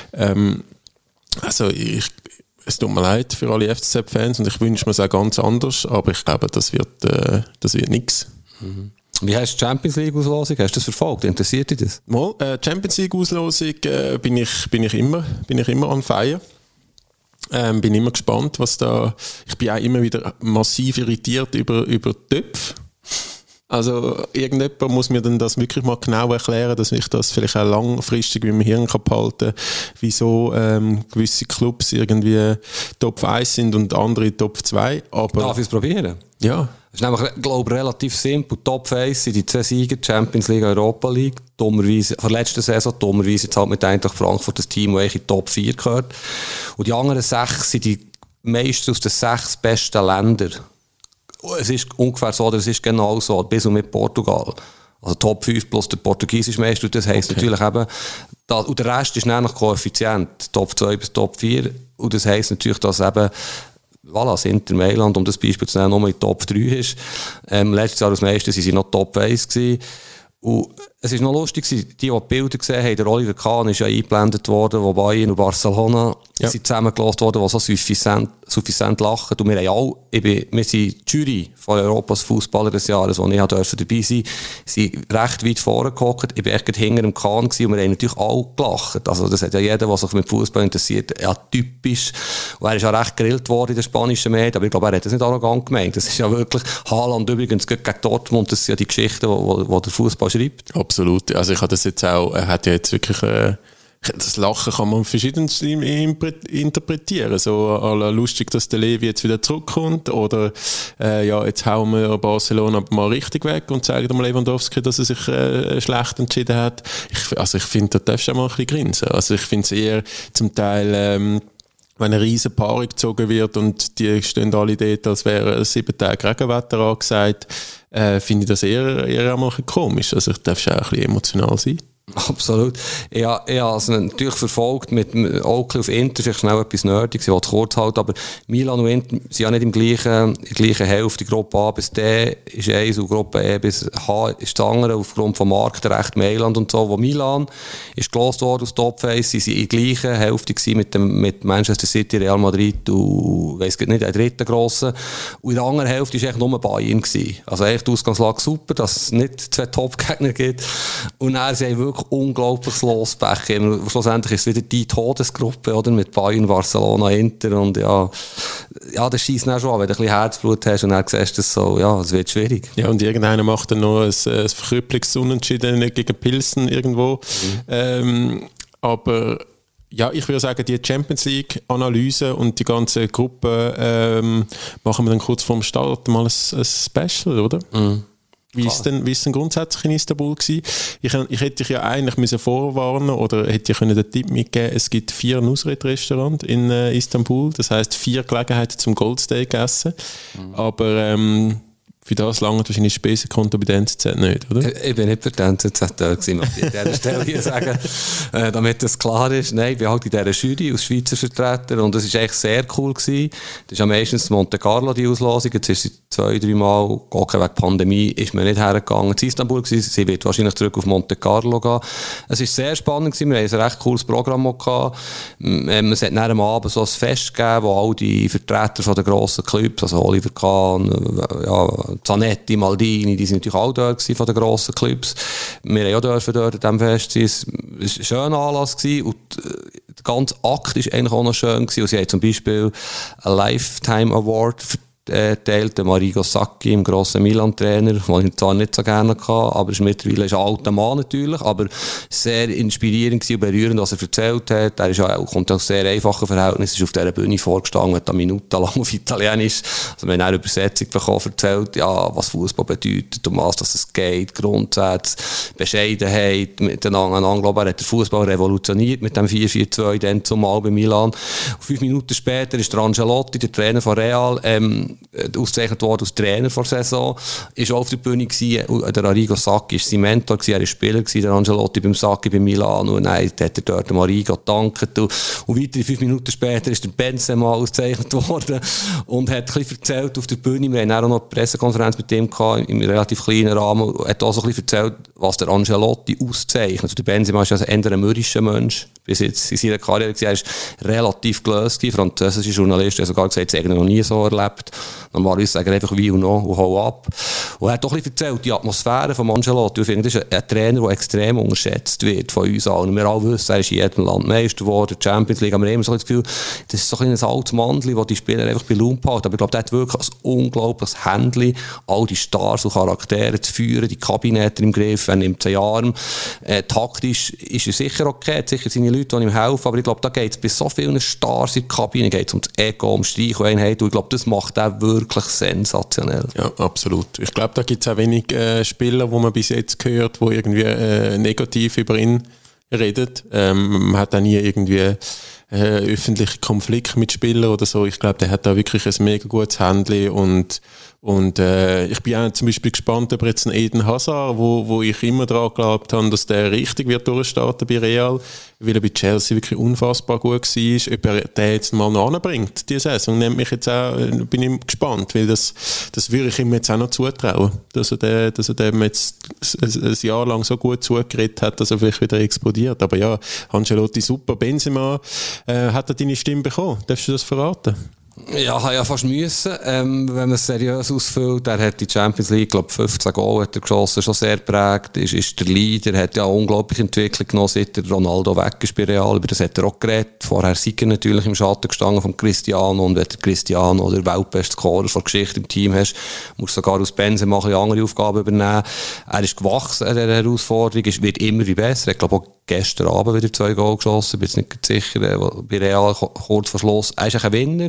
Es tut mir leid für alle FCZ-Fans und ich wünsche mir es auch ganz anders, aber ich glaube, das wird nichts. Mhm. Wie heißt die Champions League-Auslosung? Hast du das verfolgt? Interessiert dich das? Mal, Champions League-Auslosung bin ich immer on fire. Bin immer gespannt, was da. Ich bin auch immer wieder massiv irritiert über Töpfe. Also irgendjemand muss mir dann das wirklich mal genau erklären, dass ich das vielleicht auch langfristig mit dem Hirn kann behalten kann, wieso gewisse Clubs irgendwie Top 1 sind und andere Top 2. Aber darf ich es probieren? Ja. Es ist nämlich, glaube ich, relativ simpel. Top 1 sind die 2 Sieger, Champions League, Europa League. Dummerweise, von der letzten Saison, dummerweise jetzt halt mit Eintracht Frankfurt das Team, das eigentlich in die Top 4 gehört. Und die anderen 6 sind die meisten aus den 6 besten Ländern. Es ist ungefähr so, oder es ist genau so, bis und mit Portugal. Also Top 5 plus der portugiesische Meister. Und das heisst natürlich eben, und der Rest ist nämlich koeffizient. Top 2 bis Top 4. Und das heisst natürlich, dass eben voilà, das Inter Mailand, um das Beispiel zu nennen, nur in Top 3 ist. Letztes Jahr als Meister waren sie noch Top 1 gewesen. Und es war noch lustig, die Bilder gesehen haben, der Oliver Kahn ist ja eingeblendet worden, wo Bayern und Barcelona sind zusammengelassen worden, die so suffisant lachen. Und wir haben alle, wir sind die Jury von Europas Fußballer des Jahres, wo ich dabei sein durfte, sind recht weit vorne gehockt. Ich war echt hinter dem Kahn gewesen, und wir haben natürlich alle gelacht. Also das hat ja jeder, der sich mit Fußball interessiert, ja typisch. Und er ist ja recht gegrillt worden in den spanischen Medien, aber ich glaube, er hat das nicht arrogant gemeint. Das ist ja wirklich, Haaland übrigens gegen Dortmund, das sind ja die Geschichten, die der Fußball schreibt. Absolut. Also ich habe das jetzt auch, er hat ja jetzt wirklich, das Lachen kann man verschiedens interpretieren. So lustig, dass der Levi jetzt wieder zurückkommt, oder ja, jetzt hauen wir Barcelona mal richtig weg und zeigen dem Lewandowski, dass er sich schlecht entschieden hat. Ich finde, da darfst du auch mal ein bisschen grinsen. Also ich finde es eher zum Teil, wenn eine riesen Paarung gezogen wird und die stehen alle dort, als wäre 7 Tage Regenwetter angesagt, finde ich das eher einmal ein bisschen komisch. Also ich darf schon auch ein bisschen emotional sein. Absolut. Ich habe es natürlich verfolgt mit Oakley auf Inter, vielleicht schnell etwas Nerdiges, ich wollte es kurz halten, aber Milan und Inter sind ja nicht in der gleichen Hälfte. Gruppe A bis D ist eins und Gruppe E bis H ist das andere, aufgrund vom Marktrecht Mailand und so. Wo Milan ist gelost worden aus Top 1, sie waren in der gleichen Hälfte mit Manchester City, Real Madrid und weiss nicht, der dritten grossen. Und in der anderen Hälfte war eigentlich nur Bayern gewesen. Also eigentlich die Ausgangslage super, dass es nicht 2 Top-Gegner gibt. Und dann sind wirklich unglaubliches Lospech. Schlussendlich ist es wieder die Todesgruppe, oder? Mit Bayern, Barcelona, Inter und ja, das scheisst dann schon an, wenn du ein bisschen Herzblut hast und dann siehst du es so, ja, es wird schwierig. Ja, und irgendeiner macht dann noch ein Verkrüppelungsunentschieden gegen Pilsen irgendwo. Aber ja, ich würde sagen, die Champions League-Analyse und die ganze Gruppe machen wir dann kurz vorm Start mal ein Special, oder? Mhm. Wie ist denn grundsätzlich in Istanbul gewesen? Ich hätte dich ja eigentlich müssen vorwarnen oder hätte ich den Tipp mitgeben, es gibt 4 Nusret-Restaurants in Istanbul, das heisst 4 Gelegenheiten zum Goldsteak essen. Mhm. Aber für das lange wahrscheinlich Spesenkonto bei der NZZ nicht, oder? Ich bin nicht für die NZZ da gewesen, muss ich an dieser Stelle hier sagen, damit das klar ist. Nein, ich bin halt in dieser Jury als Schweizer Vertreter und das war echt sehr cool gewesen. Das ist ja meistens Monte Carlo, die Auslosung. Jetzt ist sie 2-3 Mal, okay, wegen Pandemie ist man nicht hergegangen. In Istanbul gewesen. Sie wird wahrscheinlich zurück auf Monte Carlo gehen. Es war sehr spannend gewesen. Wir hatten ein recht cooles Programm auch gehabt. Es hat nach am Abend so ein Fest gegeben, wo all die Vertreter von den grossen Clubs, also Oliver Kahn, ja, Zanetti, Maldini, die sind natürlich auch dort von den grossen Clubs. Wir haben ja dort an diesem Fest sein. Es war ein schöner Anlass gewesen und der ganze Akt war eigentlich auch noch schön gewesen. Und sie haben zum Beispiel einen Lifetime Award verteilt, Marigo Sacchi, im grossen Milan-Trainer, den ich zwar nicht so gerne hatte, aber ist mittlerweile ein alter Mann natürlich, aber sehr inspirierend und berührend, was er erzählt hat. Er ist ja, kommt aus sehr einfachen Verhältnissen, ist auf dieser Bühne vorgestanden, hat minutenlang auf Italienisch, also wir haben eine Übersetzung bekommen, erzählt, ja, was Fußball bedeutet, um was es geht, Grundsätze, Bescheidenheit, miteinander. Ich glaube, er hat den Fußball revolutioniert mit dem 4-4-2, dann zumal bei Milan. 5 Minuten später ist der Ancelotti, der Trainer von Real, ausgezeichnet worden als Trainer vor der Saison, ist auch auf der Bühne gewesen. Der Arrigo Sacchi war sein Mentor gewesen, er war Spieler gewesen, der Ancelotti beim Sacchi bei Milan, und dann hat er dort dem Arrigo gedankt und weitere 5 Minuten später ist der Benzema ausgezeichnet worden und hat ein bisschen erzählt auf der Bühne. Wir hatten auch noch eine Pressekonferenz mit ihm gehabt, im relativ kleinen Rahmen, und hat auch so ein bisschen erzählt, was der Ancelotti auszeichnet. Also der Benzema ist ja eher ein mürrischer Mensch. Bis jetzt in seiner Karriere war er relativ gelöst. Französische Journalisten haben sogar gesagt, sie hätten ihn noch nie so erlebt. normalerweise sagen einfach wie und noch und hau ab. Und er hat doch ein bisschen erzählt, die Atmosphäre von Ancelotti. Ich finde, das ist ein Trainer, der extrem unterschätzt wird von uns allen. Wir alle wissen, er ist in jedem Land Meister geworden, Champions League, aber wir haben immer so das Gefühl, das ist so ein altes Mandel, das die Spieler einfach bei Lump halten. Aber ich glaube, der hat wirklich ein unglaubliches Händchen, all die Stars und Charaktere zu führen, die Kabinette im Griff, er nimmt sie Arm. Taktisch ist er sicher okay, hat sicher seine Leute, die ihm helfen, aber ich glaube, da geht es bei so vielen Stars in der Kabine, geht es um das Ego, um Streich und Einheit, und ich glaube, das macht er wirklich sensationell. Ja, absolut. Ich glaube, da gibt es auch wenig Spieler, die man bis jetzt gehört, die irgendwie negativ über ihn redet. Man hat auch nie irgendwie öffentliche Konflikte mit Spielern oder so. Ich glaube, der hat da wirklich ein mega gutes Händchen und ich bin auch zum Beispiel gespannt, ob jetzt ein Eden Hazard, wo ich immer daran geglaubt habe, dass der richtig wird durchstarten bei Real, weil er bei Chelsea wirklich unfassbar gut war, ob er den jetzt mal noch anbringt, diese Saison, nimmt mich jetzt auch, bin ich gespannt, weil das würde ich ihm jetzt auch noch zutrauen, dass er dem jetzt ein Jahr lang so gut zugeredet hat, dass er vielleicht wieder explodiert. Aber ja, Ancelotti super, Benzema, hat er deine Stimme bekommen? Darfst du das verraten? Ja, ja, fast müssen, wenn man es seriös ausfüllt. Er hat die Champions League, glaube 15 Goal hat er geschossen, schon sehr prägt, ist der Leader, hat ja eine unglaubliche Entwicklung genommen, seit der Ronaldo weg ist bei Real, über das hat er auch geredet. Vorher sei er natürlich im Schatten gestanden von Cristiano, und wenn der Cristiano der weltbeste Scorer von Geschichte im Team hast, muss sogar aus Benzema ein andere Aufgaben übernehmen. Er ist gewachsen an dieser Herausforderung, wird immer wie besser, ich glaube auch gestern Abend wieder 2 Goal geschossen, bin jetzt nicht sicher, bei Real kurz vor Schluss. Er ist ein Winner.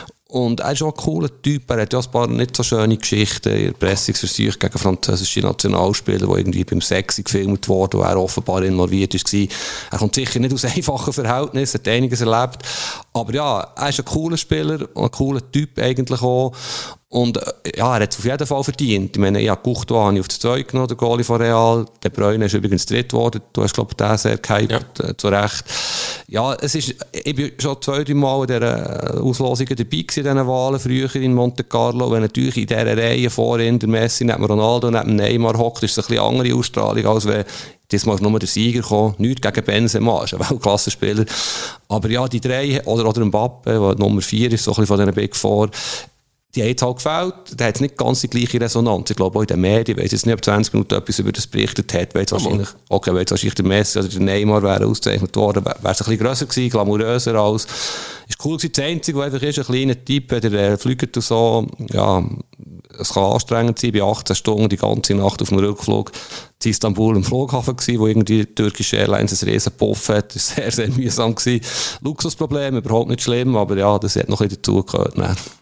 Und er ist auch ein cooler Typ. Er hat ja ein paar nicht so schöne Geschichten. Pressungsversuche gegen französische Nationalspieler, die irgendwie beim Sexy gefilmt wurden, wo er offenbar involviert war. Er kommt sicher nicht aus einfachen Verhältnissen, hat einiges erlebt. Aber ja, er ist ein cooler Spieler und ein cooler Typ eigentlich auch. Und ja, er hat es auf jeden Fall verdient. Ich meine, Courtois habe ich auf das 2 genommen, der Goalie von Real. De Bruyne ist übrigens 3. geworden. Du hast, glaube ich, den sehr gehypt, zu Recht. Ja, ich bin schon 2-3 Mal in dieser Auslosungen dabei gewesen, in diesen Wahlen, früher in Monte Carlo. Wenn natürlich in dieser Reihe vorhin der Messi neben Ronaldo, neben Neymar hockt, ist es eine bisschen andere Ausstrahlung, als wenn diesmal ist nur der Sieger gekommen. Nichts gegen Benzema, ist ein Weltklasse-Spieler. Aber ja, die 3, oder Mbappé, der Nummer 4 ist, so ein bisschen von diesen Big Four, die haben jetzt halt gefällt, der hat nicht ganz die gleiche Resonanz. Ich glaube auch in den Medien, ich weiss jetzt nicht, ob 20 Minuten etwas über das berichtet hat, weil jetzt wahrscheinlich der Messi oder der Neymar wäre ausgezeichnet worden, wäre es ein bisschen grösser gewesen, glamouröser als. Ist cool gewesen, das Einzige, was einfach ist, ein kleiner Typ, wenn der fliegt und so, ja, es kann anstrengend sein, bei 18 Stunden die ganze Nacht auf dem Rückflug in Istanbul im Flughafen gewesen, wo irgendwie die türkische Airlines ein riesen Puff hat. Das war sehr, sehr mühsam gewesen. Luxusproblem, überhaupt nicht schlimm, aber ja, das hat noch ein bisschen dazugehört.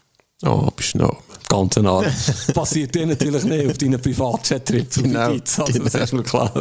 Oh, bist du noch. Ganz nah. Passiert dir natürlich nicht auf deinen Privatjet-Trip zu Ibiza, also das ist mir klar.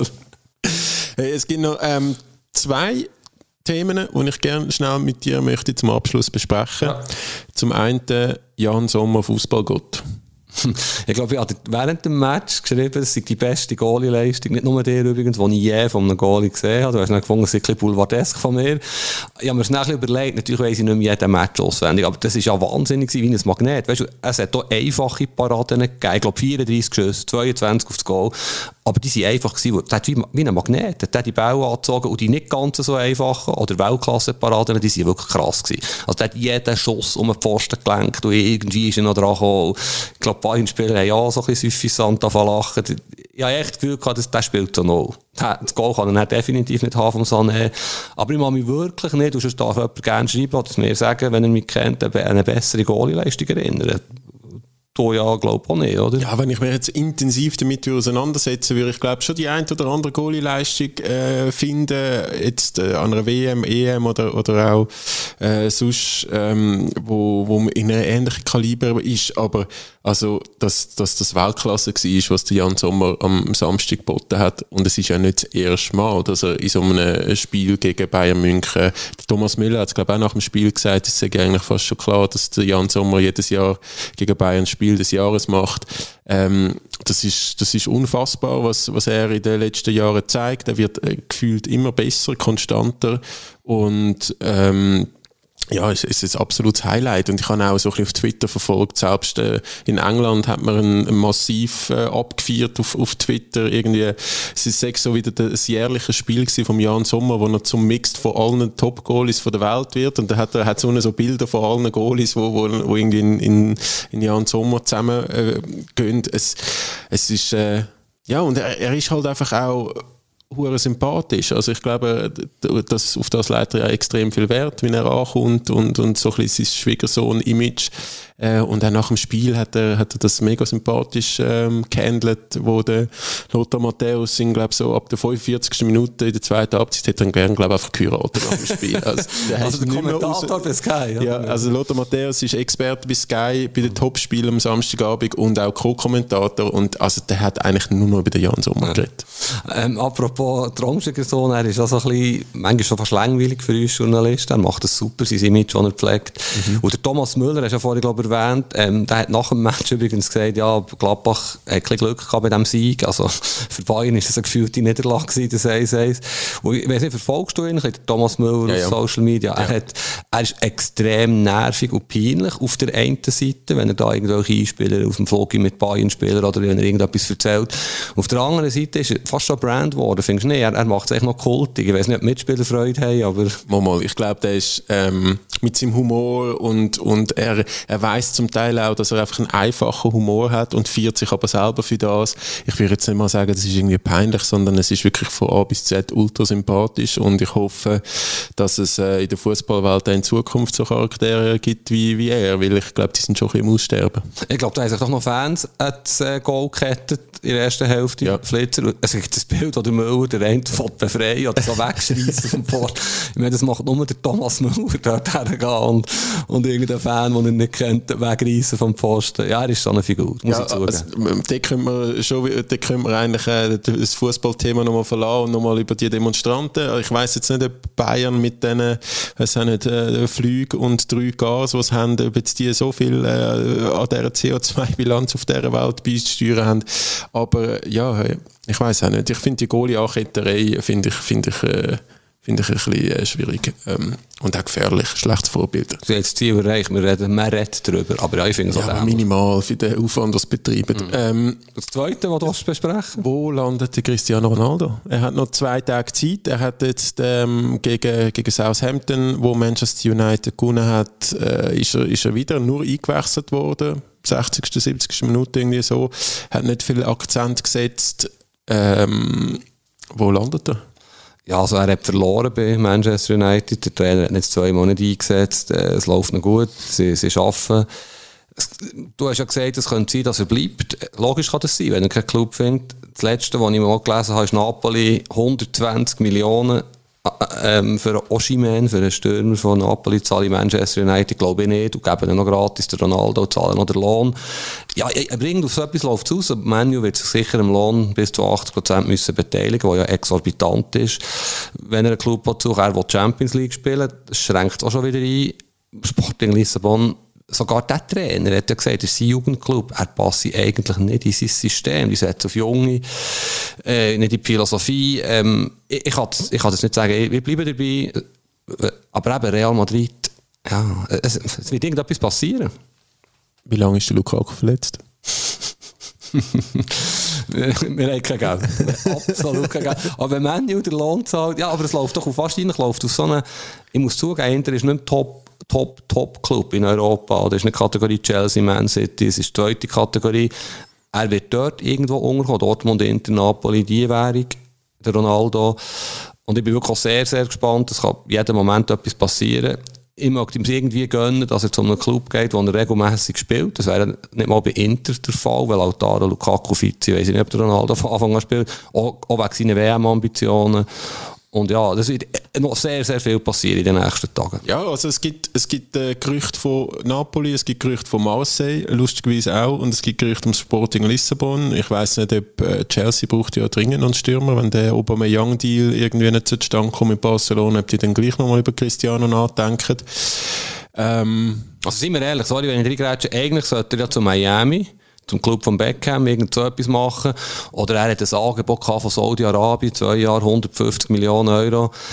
Es gibt noch 2 Themen, die ich gerne schnell mit dir möchte zum Abschluss besprechen. Ja. Zum einen Jan Sommer, Fußballgott. Ich glaube, ich habe während dem Match geschrieben, es sei die beste Goalie-Leistung, nicht nur der übrigens, die ich je von einem Goalie gesehen habe. Du hast dann gefunden, es sei ein bisschen boulevardesk von mir. Ich habe mir das nachher überlegt, natürlich weiss ich nicht mehr jeden Match auswendig, aber das war ja wahnsinnig wie ein Magnet. Weißt du, es hat auch einfache Paraden gegeben, ich glaube 34 Schüsse, 22 aufs Goal. Aber die waren einfach gewesen, der hat wie ein Magnet, der hat die Bälle angezogen und die nicht ganz so einfachen oder Weltklasse-Paraden, die waren wirklich krass gewesen. Also der hat jeden Schuss um den Pfosten gelenkt und irgendwie ist er noch dran gekommen. Ich glaube, ein paar Spieler haben ja so ein bisschen suffisant lachen. Ich habe echt das Gefühl gehabt, dass der spielt so null. Das Goal kann er definitiv nicht haben vom Sané. Aber ich mag mich wirklich nicht, und sonst darf jemand gerne schreiben oder es mir sagen, wenn er mich kennt, eine bessere Goalie-Leistung erinnern. Ja, glaube ich auch nicht, oder? Ja, wenn ich mich jetzt intensiv damit auseinandersetzen würde, ich glaube schon die ein oder andere Goalie-Leistung finden, jetzt an einer WM, EM oder auch sonst, wo man in einem ähnlichen Kaliber ist, aber also, dass das Weltklasse war, was der Jan Sommer am Samstag geboten hat, und es ist ja nicht das erste Mal, dass er in so einem Spiel gegen Bayern München, Thomas Müller hat es glaube ich auch nach dem Spiel gesagt, es ist eigentlich fast schon klar, dass der Jan Sommer jedes Jahr gegen Bayern Spiel des Jahres macht. Das ist unfassbar, was er in den letzten Jahren zeigt. Er wird gefühlt immer besser, konstanter und Ja, es ist ein absolutes Highlight und ich habe auch so ein bisschen auf Twitter verfolgt, selbst in England hat man ein massiv abgefeiert auf Twitter, irgendwie, es ist so wieder das jährliche Spiel gewesen vom Jan Sommer, wo er zum Mixed von allen Top-Goalies von der Welt wird und da hat so Bilder von allen Goalies, wo irgendwie in Jan Sommer zusammen gehen. Es ist, ja, und er ist halt einfach auch hure sympathisch. Also ich glaube, auf das legt er ja extrem viel Wert, wenn er ankommt und so ein bisschen sein Schwiegersohn-Image. Und auch nach dem Spiel hat er das mega sympathisch gehandelt, wo der Lothar Matthäus glaube so ab der 45. Minute in der zweiten Halbzeit hat er gern, glaube einfach geheiratet nach dem Spiel. Also der Kommentator bei Sky, oder? Ja, also Lothar Matthäus ist Experte bei Sky, bei den Topspielen am Samstagabend und auch Co-Kommentator und also der hat eigentlich nur noch bei den Jan Sommer geredet. Apropos Traumschwiegersohn, er ist auch so ein bisschen, manchmal schon fast langweilig für uns Journalisten, er macht das super, sein Image, das er pflegt. Und der Thomas Müller, hast du ja vorhin, glaube ich, erwähnt, der hat nach dem Match übrigens gesagt, ja, Gladbach hat ein bisschen Glück gehabt bei diesem Sieg, also für Bayern ist das eine gefühlte Niederlage gewesen, das 1-1. Und ich weiss nicht, verfolgst du ihn, Thomas Müller auf Social Media, er ist extrem nervig und peinlich auf der einen Seite, wenn er da irgendwelche Einspieler aus dem Vlog mit Bayern-Spielern oder wenn er irgendetwas erzählt. Auf der anderen Seite ist er fast schon Brand geworden, findest du nicht? Er macht es echt noch kultig, ich weiss nicht, ob Mitspieler Freude haben, aber... Mal, ich glaube, der ist mit seinem Humor und er weiss zum Teil auch, dass er einfach einen einfachen Humor hat und feiert sich aber selber für das. Ich würde jetzt nicht mal sagen, das ist irgendwie peinlich, sondern es ist wirklich von A bis Z ultra sympathisch und ich hoffe, dass es in der Fußballwelt in Zukunft so Charaktere gibt wie er, weil ich glaube, die sind schon ein bisschen im Aussterben. Ich glaube, da haben sich doch noch Fans das Goal gekettet in der ersten Hälfte. Ja. Flitzer. Es gibt das Bild, wo der Müller der eine befreien oder so wegschreist vom Port. Ich meine, das macht nur der Thomas Müller dort hergehen und irgendein Fan, den er nicht kennt, wegreißen vom Pfosten. Ja, er ist so eine Figur, muss ich zugeben. Also, da können wir eigentlich das Fußballthema nochmal verlassen und nochmal über die Demonstranten. Ich weiss jetzt nicht, ob Bayern mit diesen Flügen und 3 Gas, die sie haben, ob jetzt die so viel an dieser CO2-Bilanz auf dieser Welt beisteuern haben. Aber ja, ich weiss auch nicht. Ich finde die Goalie-Anketterei finde ich ein bisschen schwierig und auch gefährlich. Schlechtes Vorbild. Du hast das Ziel erreicht, wir reden darüber, aber ja, ich finde es auch minimal für den Aufwand, das betreiben. Das Zweite, was du besprechen? Wo landet der Cristiano Ronaldo? Er hat noch 2 Tage Zeit. Er hat jetzt gegen Southampton, wo Manchester United gewonnen hat, ist er wieder nur eingewechselt worden. 60., 70. Minute irgendwie so. Hat nicht viel Akzent gesetzt. Wo landet er? Ja, also er hat verloren bei Manchester United. Der Trainer hat jetzt 2 Monate eingesetzt. Es läuft noch gut. Sie arbeiten. Du hast ja gesagt, es könnte sein, dass er bleibt. Logisch kann das sein, wenn er keinen Club findet. Das Letzte, was ich mal gelesen habe, ist Napoli 120 Millionen für Osimhen, für einen Stürmer von Napoli, zahle Manchester United, glaube ich nicht, und geben noch gratis den Ronaldo, zahlen noch den Lohn. Ja, er bringt auf so etwas läuft es aus, aber Manu wird sich sicher im Lohn bis zu 80% müssen beteiligen, was ja exorbitant ist. Wenn er einen Club sucht, er will Champions League spielen, das schränkt es auch schon wieder ein. Sporting Lissabon, sogar der Trainer hat ja gesagt, er ist sein Jugendclub, er passe eigentlich nicht in sein System, die setzt auf Junge, nicht in die Philosophie. Ich kann das nicht sagen, ich bleibe dabei, aber eben Real Madrid, ja, es wird irgendetwas passieren. Wie lange ist der Lukaku verletzt? Wir haben kein Geld. Absolut kein Geld. Aber wenn Man U den Lohn zahlt, ja, aber es läuft doch wahrscheinlich läuft auf so eine, ich muss zugeben, Inter ist nicht Top-Club in Europa. Das ist eine Kategorie Chelsea, Man City, es ist die zweite Kategorie. Er wird dort irgendwo unterkommen, Dortmund, Inter, Napoli, die Währung, der Ronaldo. Und ich bin wirklich auch sehr, sehr gespannt. Es kann jeden Moment etwas passieren. Ich möchte ihm irgendwie gönnen, dass er zu einem Club geht, wo er regelmässig spielt. Das wäre nicht mal bei Inter der Fall, weil Lautaro, Lukaku, Fizzi, weiss ich nicht, ob der Ronaldo von Anfang an spielt. Auch wegen seiner WM-Ambitionen. Und ja, das wird noch sehr, sehr viel passieren in den nächsten Tagen. Ja, also es gibt Gerüchte von Napoli, es gibt Gerüchte von Marseille, lustigerweise auch, und es gibt Gerüchte um Sporting Lissabon. Ich weiss nicht, ob Chelsea braucht ja dringend einen Stürmer, wenn der Aubameyang-Deal irgendwie nicht zustande kommt mit Barcelona, ob die dann gleich nochmal über Cristiano nachdenken. Also seien wir ehrlich, sorry, wenn ich reingrätsche, eigentlich sollte er ja zu Miami, zum Club von Beckham, irgend so etwas machen. Oder er hat ein Angebot von Saudi-Arabien, 2 Jahre, 150 Millionen Euro.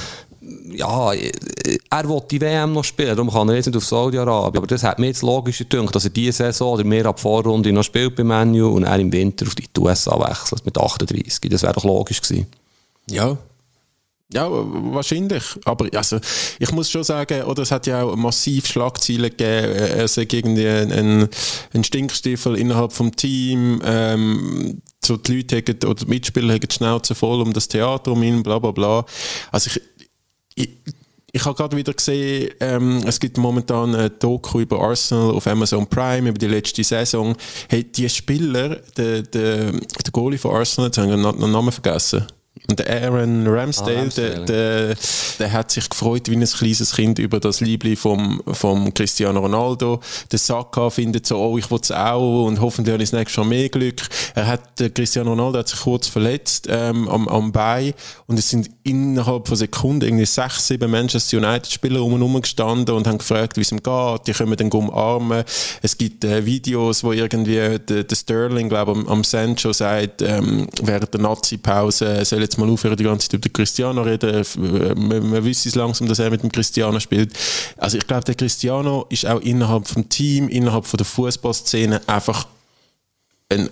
ja, er will die WM noch spielen, darum kann er jetzt nicht auf Saudi-Arabien. Aber das hat mir jetzt logisch gedacht, dass er diese Saison oder mehr ab Vorrunde noch spielt bei Man U und er im Winter auf die USA wechselt mit 38. Das wäre doch logisch gewesen. Ja. Ja, wahrscheinlich. Aber also, ich muss schon sagen, oder es hat ja auch massiv Schlagzeilen gegeben, also irgendwie ein Stinkstiefel innerhalb vom Team, so die Leute haben, oder die Mitspieler haben die Schnauze voll um das Theater um ihn, bla bla bla. Also ich habe gerade wieder gesehen, es gibt momentan eine Doku über Arsenal auf Amazon Prime, über die letzte Saison. Hey, die Spieler, der Goalie von Arsenal, jetzt habe ich den Namen vergessen. Und der Aaron Ramsdale, der hat sich gefreut wie ein kleines Kind über das Liebling vom Cristiano Ronaldo. Der Saka findet so, oh, ich will es auch und hoffentlich habe ich das nächste Mal mehr Glück. Der Cristiano Ronaldo hat sich kurz verletzt am Bein und es sind innerhalb von Sekunden irgendwie 6, 7 Manchester United-Spieler gestanden und haben gefragt, wie es ihm geht. Die können dann umarmen. Es gibt Videos, wo irgendwie der Sterling, glaube ich, am Sancho sagt, während der Nazi-Pause, soll jetzt mal aufhören, die ganze Zeit über den Cristiano reden. Man wüsste es langsam, dass er mit dem Cristiano spielt. Also ich glaube, der Cristiano ist auch innerhalb vom Team, innerhalb von der Fußballszene einfach ein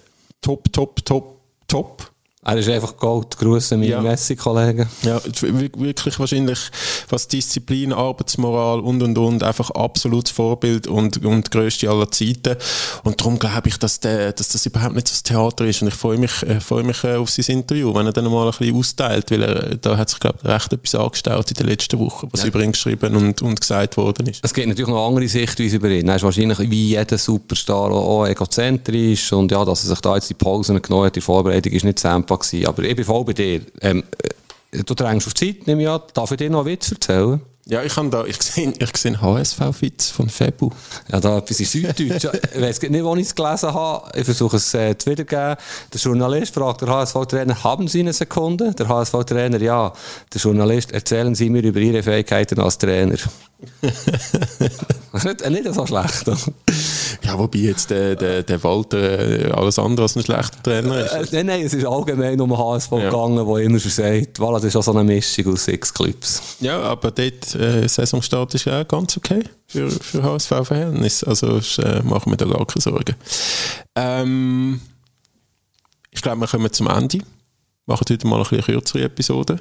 top. Er ist einfach Gold. Grüße meine Messi-Kollegen. Ja, wirklich wahrscheinlich, was Disziplin, Arbeitsmoral und einfach absolutes Vorbild und grösste aller Zeiten. Und darum glaube ich, dass das überhaupt nicht so das Theater ist. Und ich freue mich auf sein Interview, wenn er dann mal ein bisschen austeilt, weil da hat sich, glaube ich, recht etwas angestaut in den letzten Wochen, was über ihn geschrieben und gesagt worden ist. Es gibt natürlich noch andere Sichtweise über ihn. Er ist wahrscheinlich wie jeder Superstar auch egozentrisch und ja, dass er sich da jetzt die Pausen genommen hat, die Vorbereitung ist nicht Sampa gewesen. Aber ich bin voll bei dir. Du drängst auf Zeit, nehme ich an. Darf ich dir noch einen Witz erzählen? Ja, ich sehe HSV-Witz von Febu. Ja, da etwas in Süddeutsch. Ich weiss nicht, wo ich es gelesen habe. Ich versuche es zu wiedergeben. Der Journalist fragt der HSV-Trainer, haben Sie eine Sekunde? Der HSV-Trainer, ja. Der Journalist, erzählen Sie mir über Ihre Fähigkeiten als Trainer. Das ist nicht so schlecht. Ja, wobei jetzt der Walter alles andere als ein schlechter Trainer ist. Nein, es ist allgemein um den HSV gegangen, wo immer schon sagt, voilà, das ist auch so eine Mischung aus 6 Clubs. Ja, aber dort Saisonstart ist ja auch ganz okay für HSV-Verhältnis. Also machen wir da gar keine Sorgen. Ich glaube, wir kommen zum Ende. Machen heute mal ein bisschen kürzere Episode.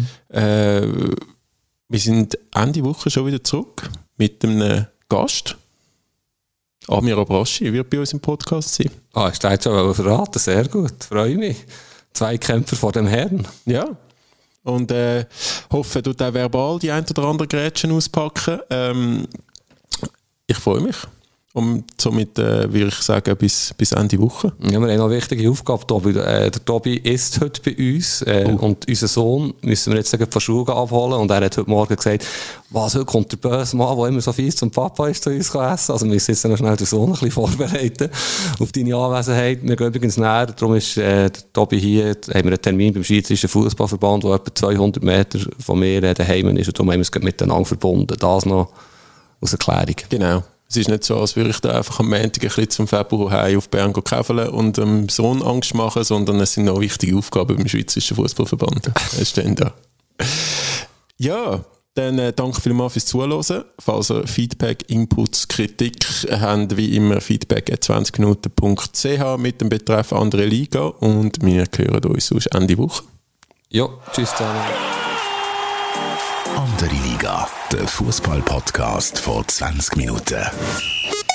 Wir sind Ende Woche schon wieder zurück mit einem Gast. Amir Abraschi wird bei uns im Podcast sein. Ich stehe schon verraten, sehr gut, freue mich. 2 Kämpfer vor dem Herrn. Ja, und hoffe, du auch verbal die ein oder andere Grätschen auspacken. Ich freue mich. Und somit würde ich sagen, bis Ende Woche. Ja, wir haben noch eine wichtige Aufgabe, Tobi. Der Tobi ist heute bei uns und unseren Sohn müssen wir jetzt von der Schule abholen. Und er hat heute Morgen gesagt, heute kommt der böse Mann, der immer so fies zum Papa ist, zu uns essen. Also wir müssen jetzt noch schnell den Sohn ein bisschen vorbereiten auf deine Anwesenheit. Wir gehen übrigens näher, darum ist der Tobi hier, haben wir einen Termin beim Schweizerischen Fußballverband, der etwa 200 Meter von mir daheim ist. Und darum haben wir es miteinander verbunden. Das noch aus Erklärung. Genau. Es ist nicht so, als würde ich da einfach am Montag ein bisschen zum Februar heim auf Bern käfeln und dem Sohn Angst machen, sondern es sind noch wichtige Aufgaben beim Schweizerischen Fußballverband. Es stehen da. Ja, dann danke vielmals fürs Zuhören. Falls ihr Feedback, Inputs, Kritik habt, wie immer feedback@20minuten.ch mit dem Betreff andere Liga und wir hören uns sonst Ende Woche. Ja, tschüss zusammen. Andere Liga, der Fußball-Podcast vor 20 Minuten.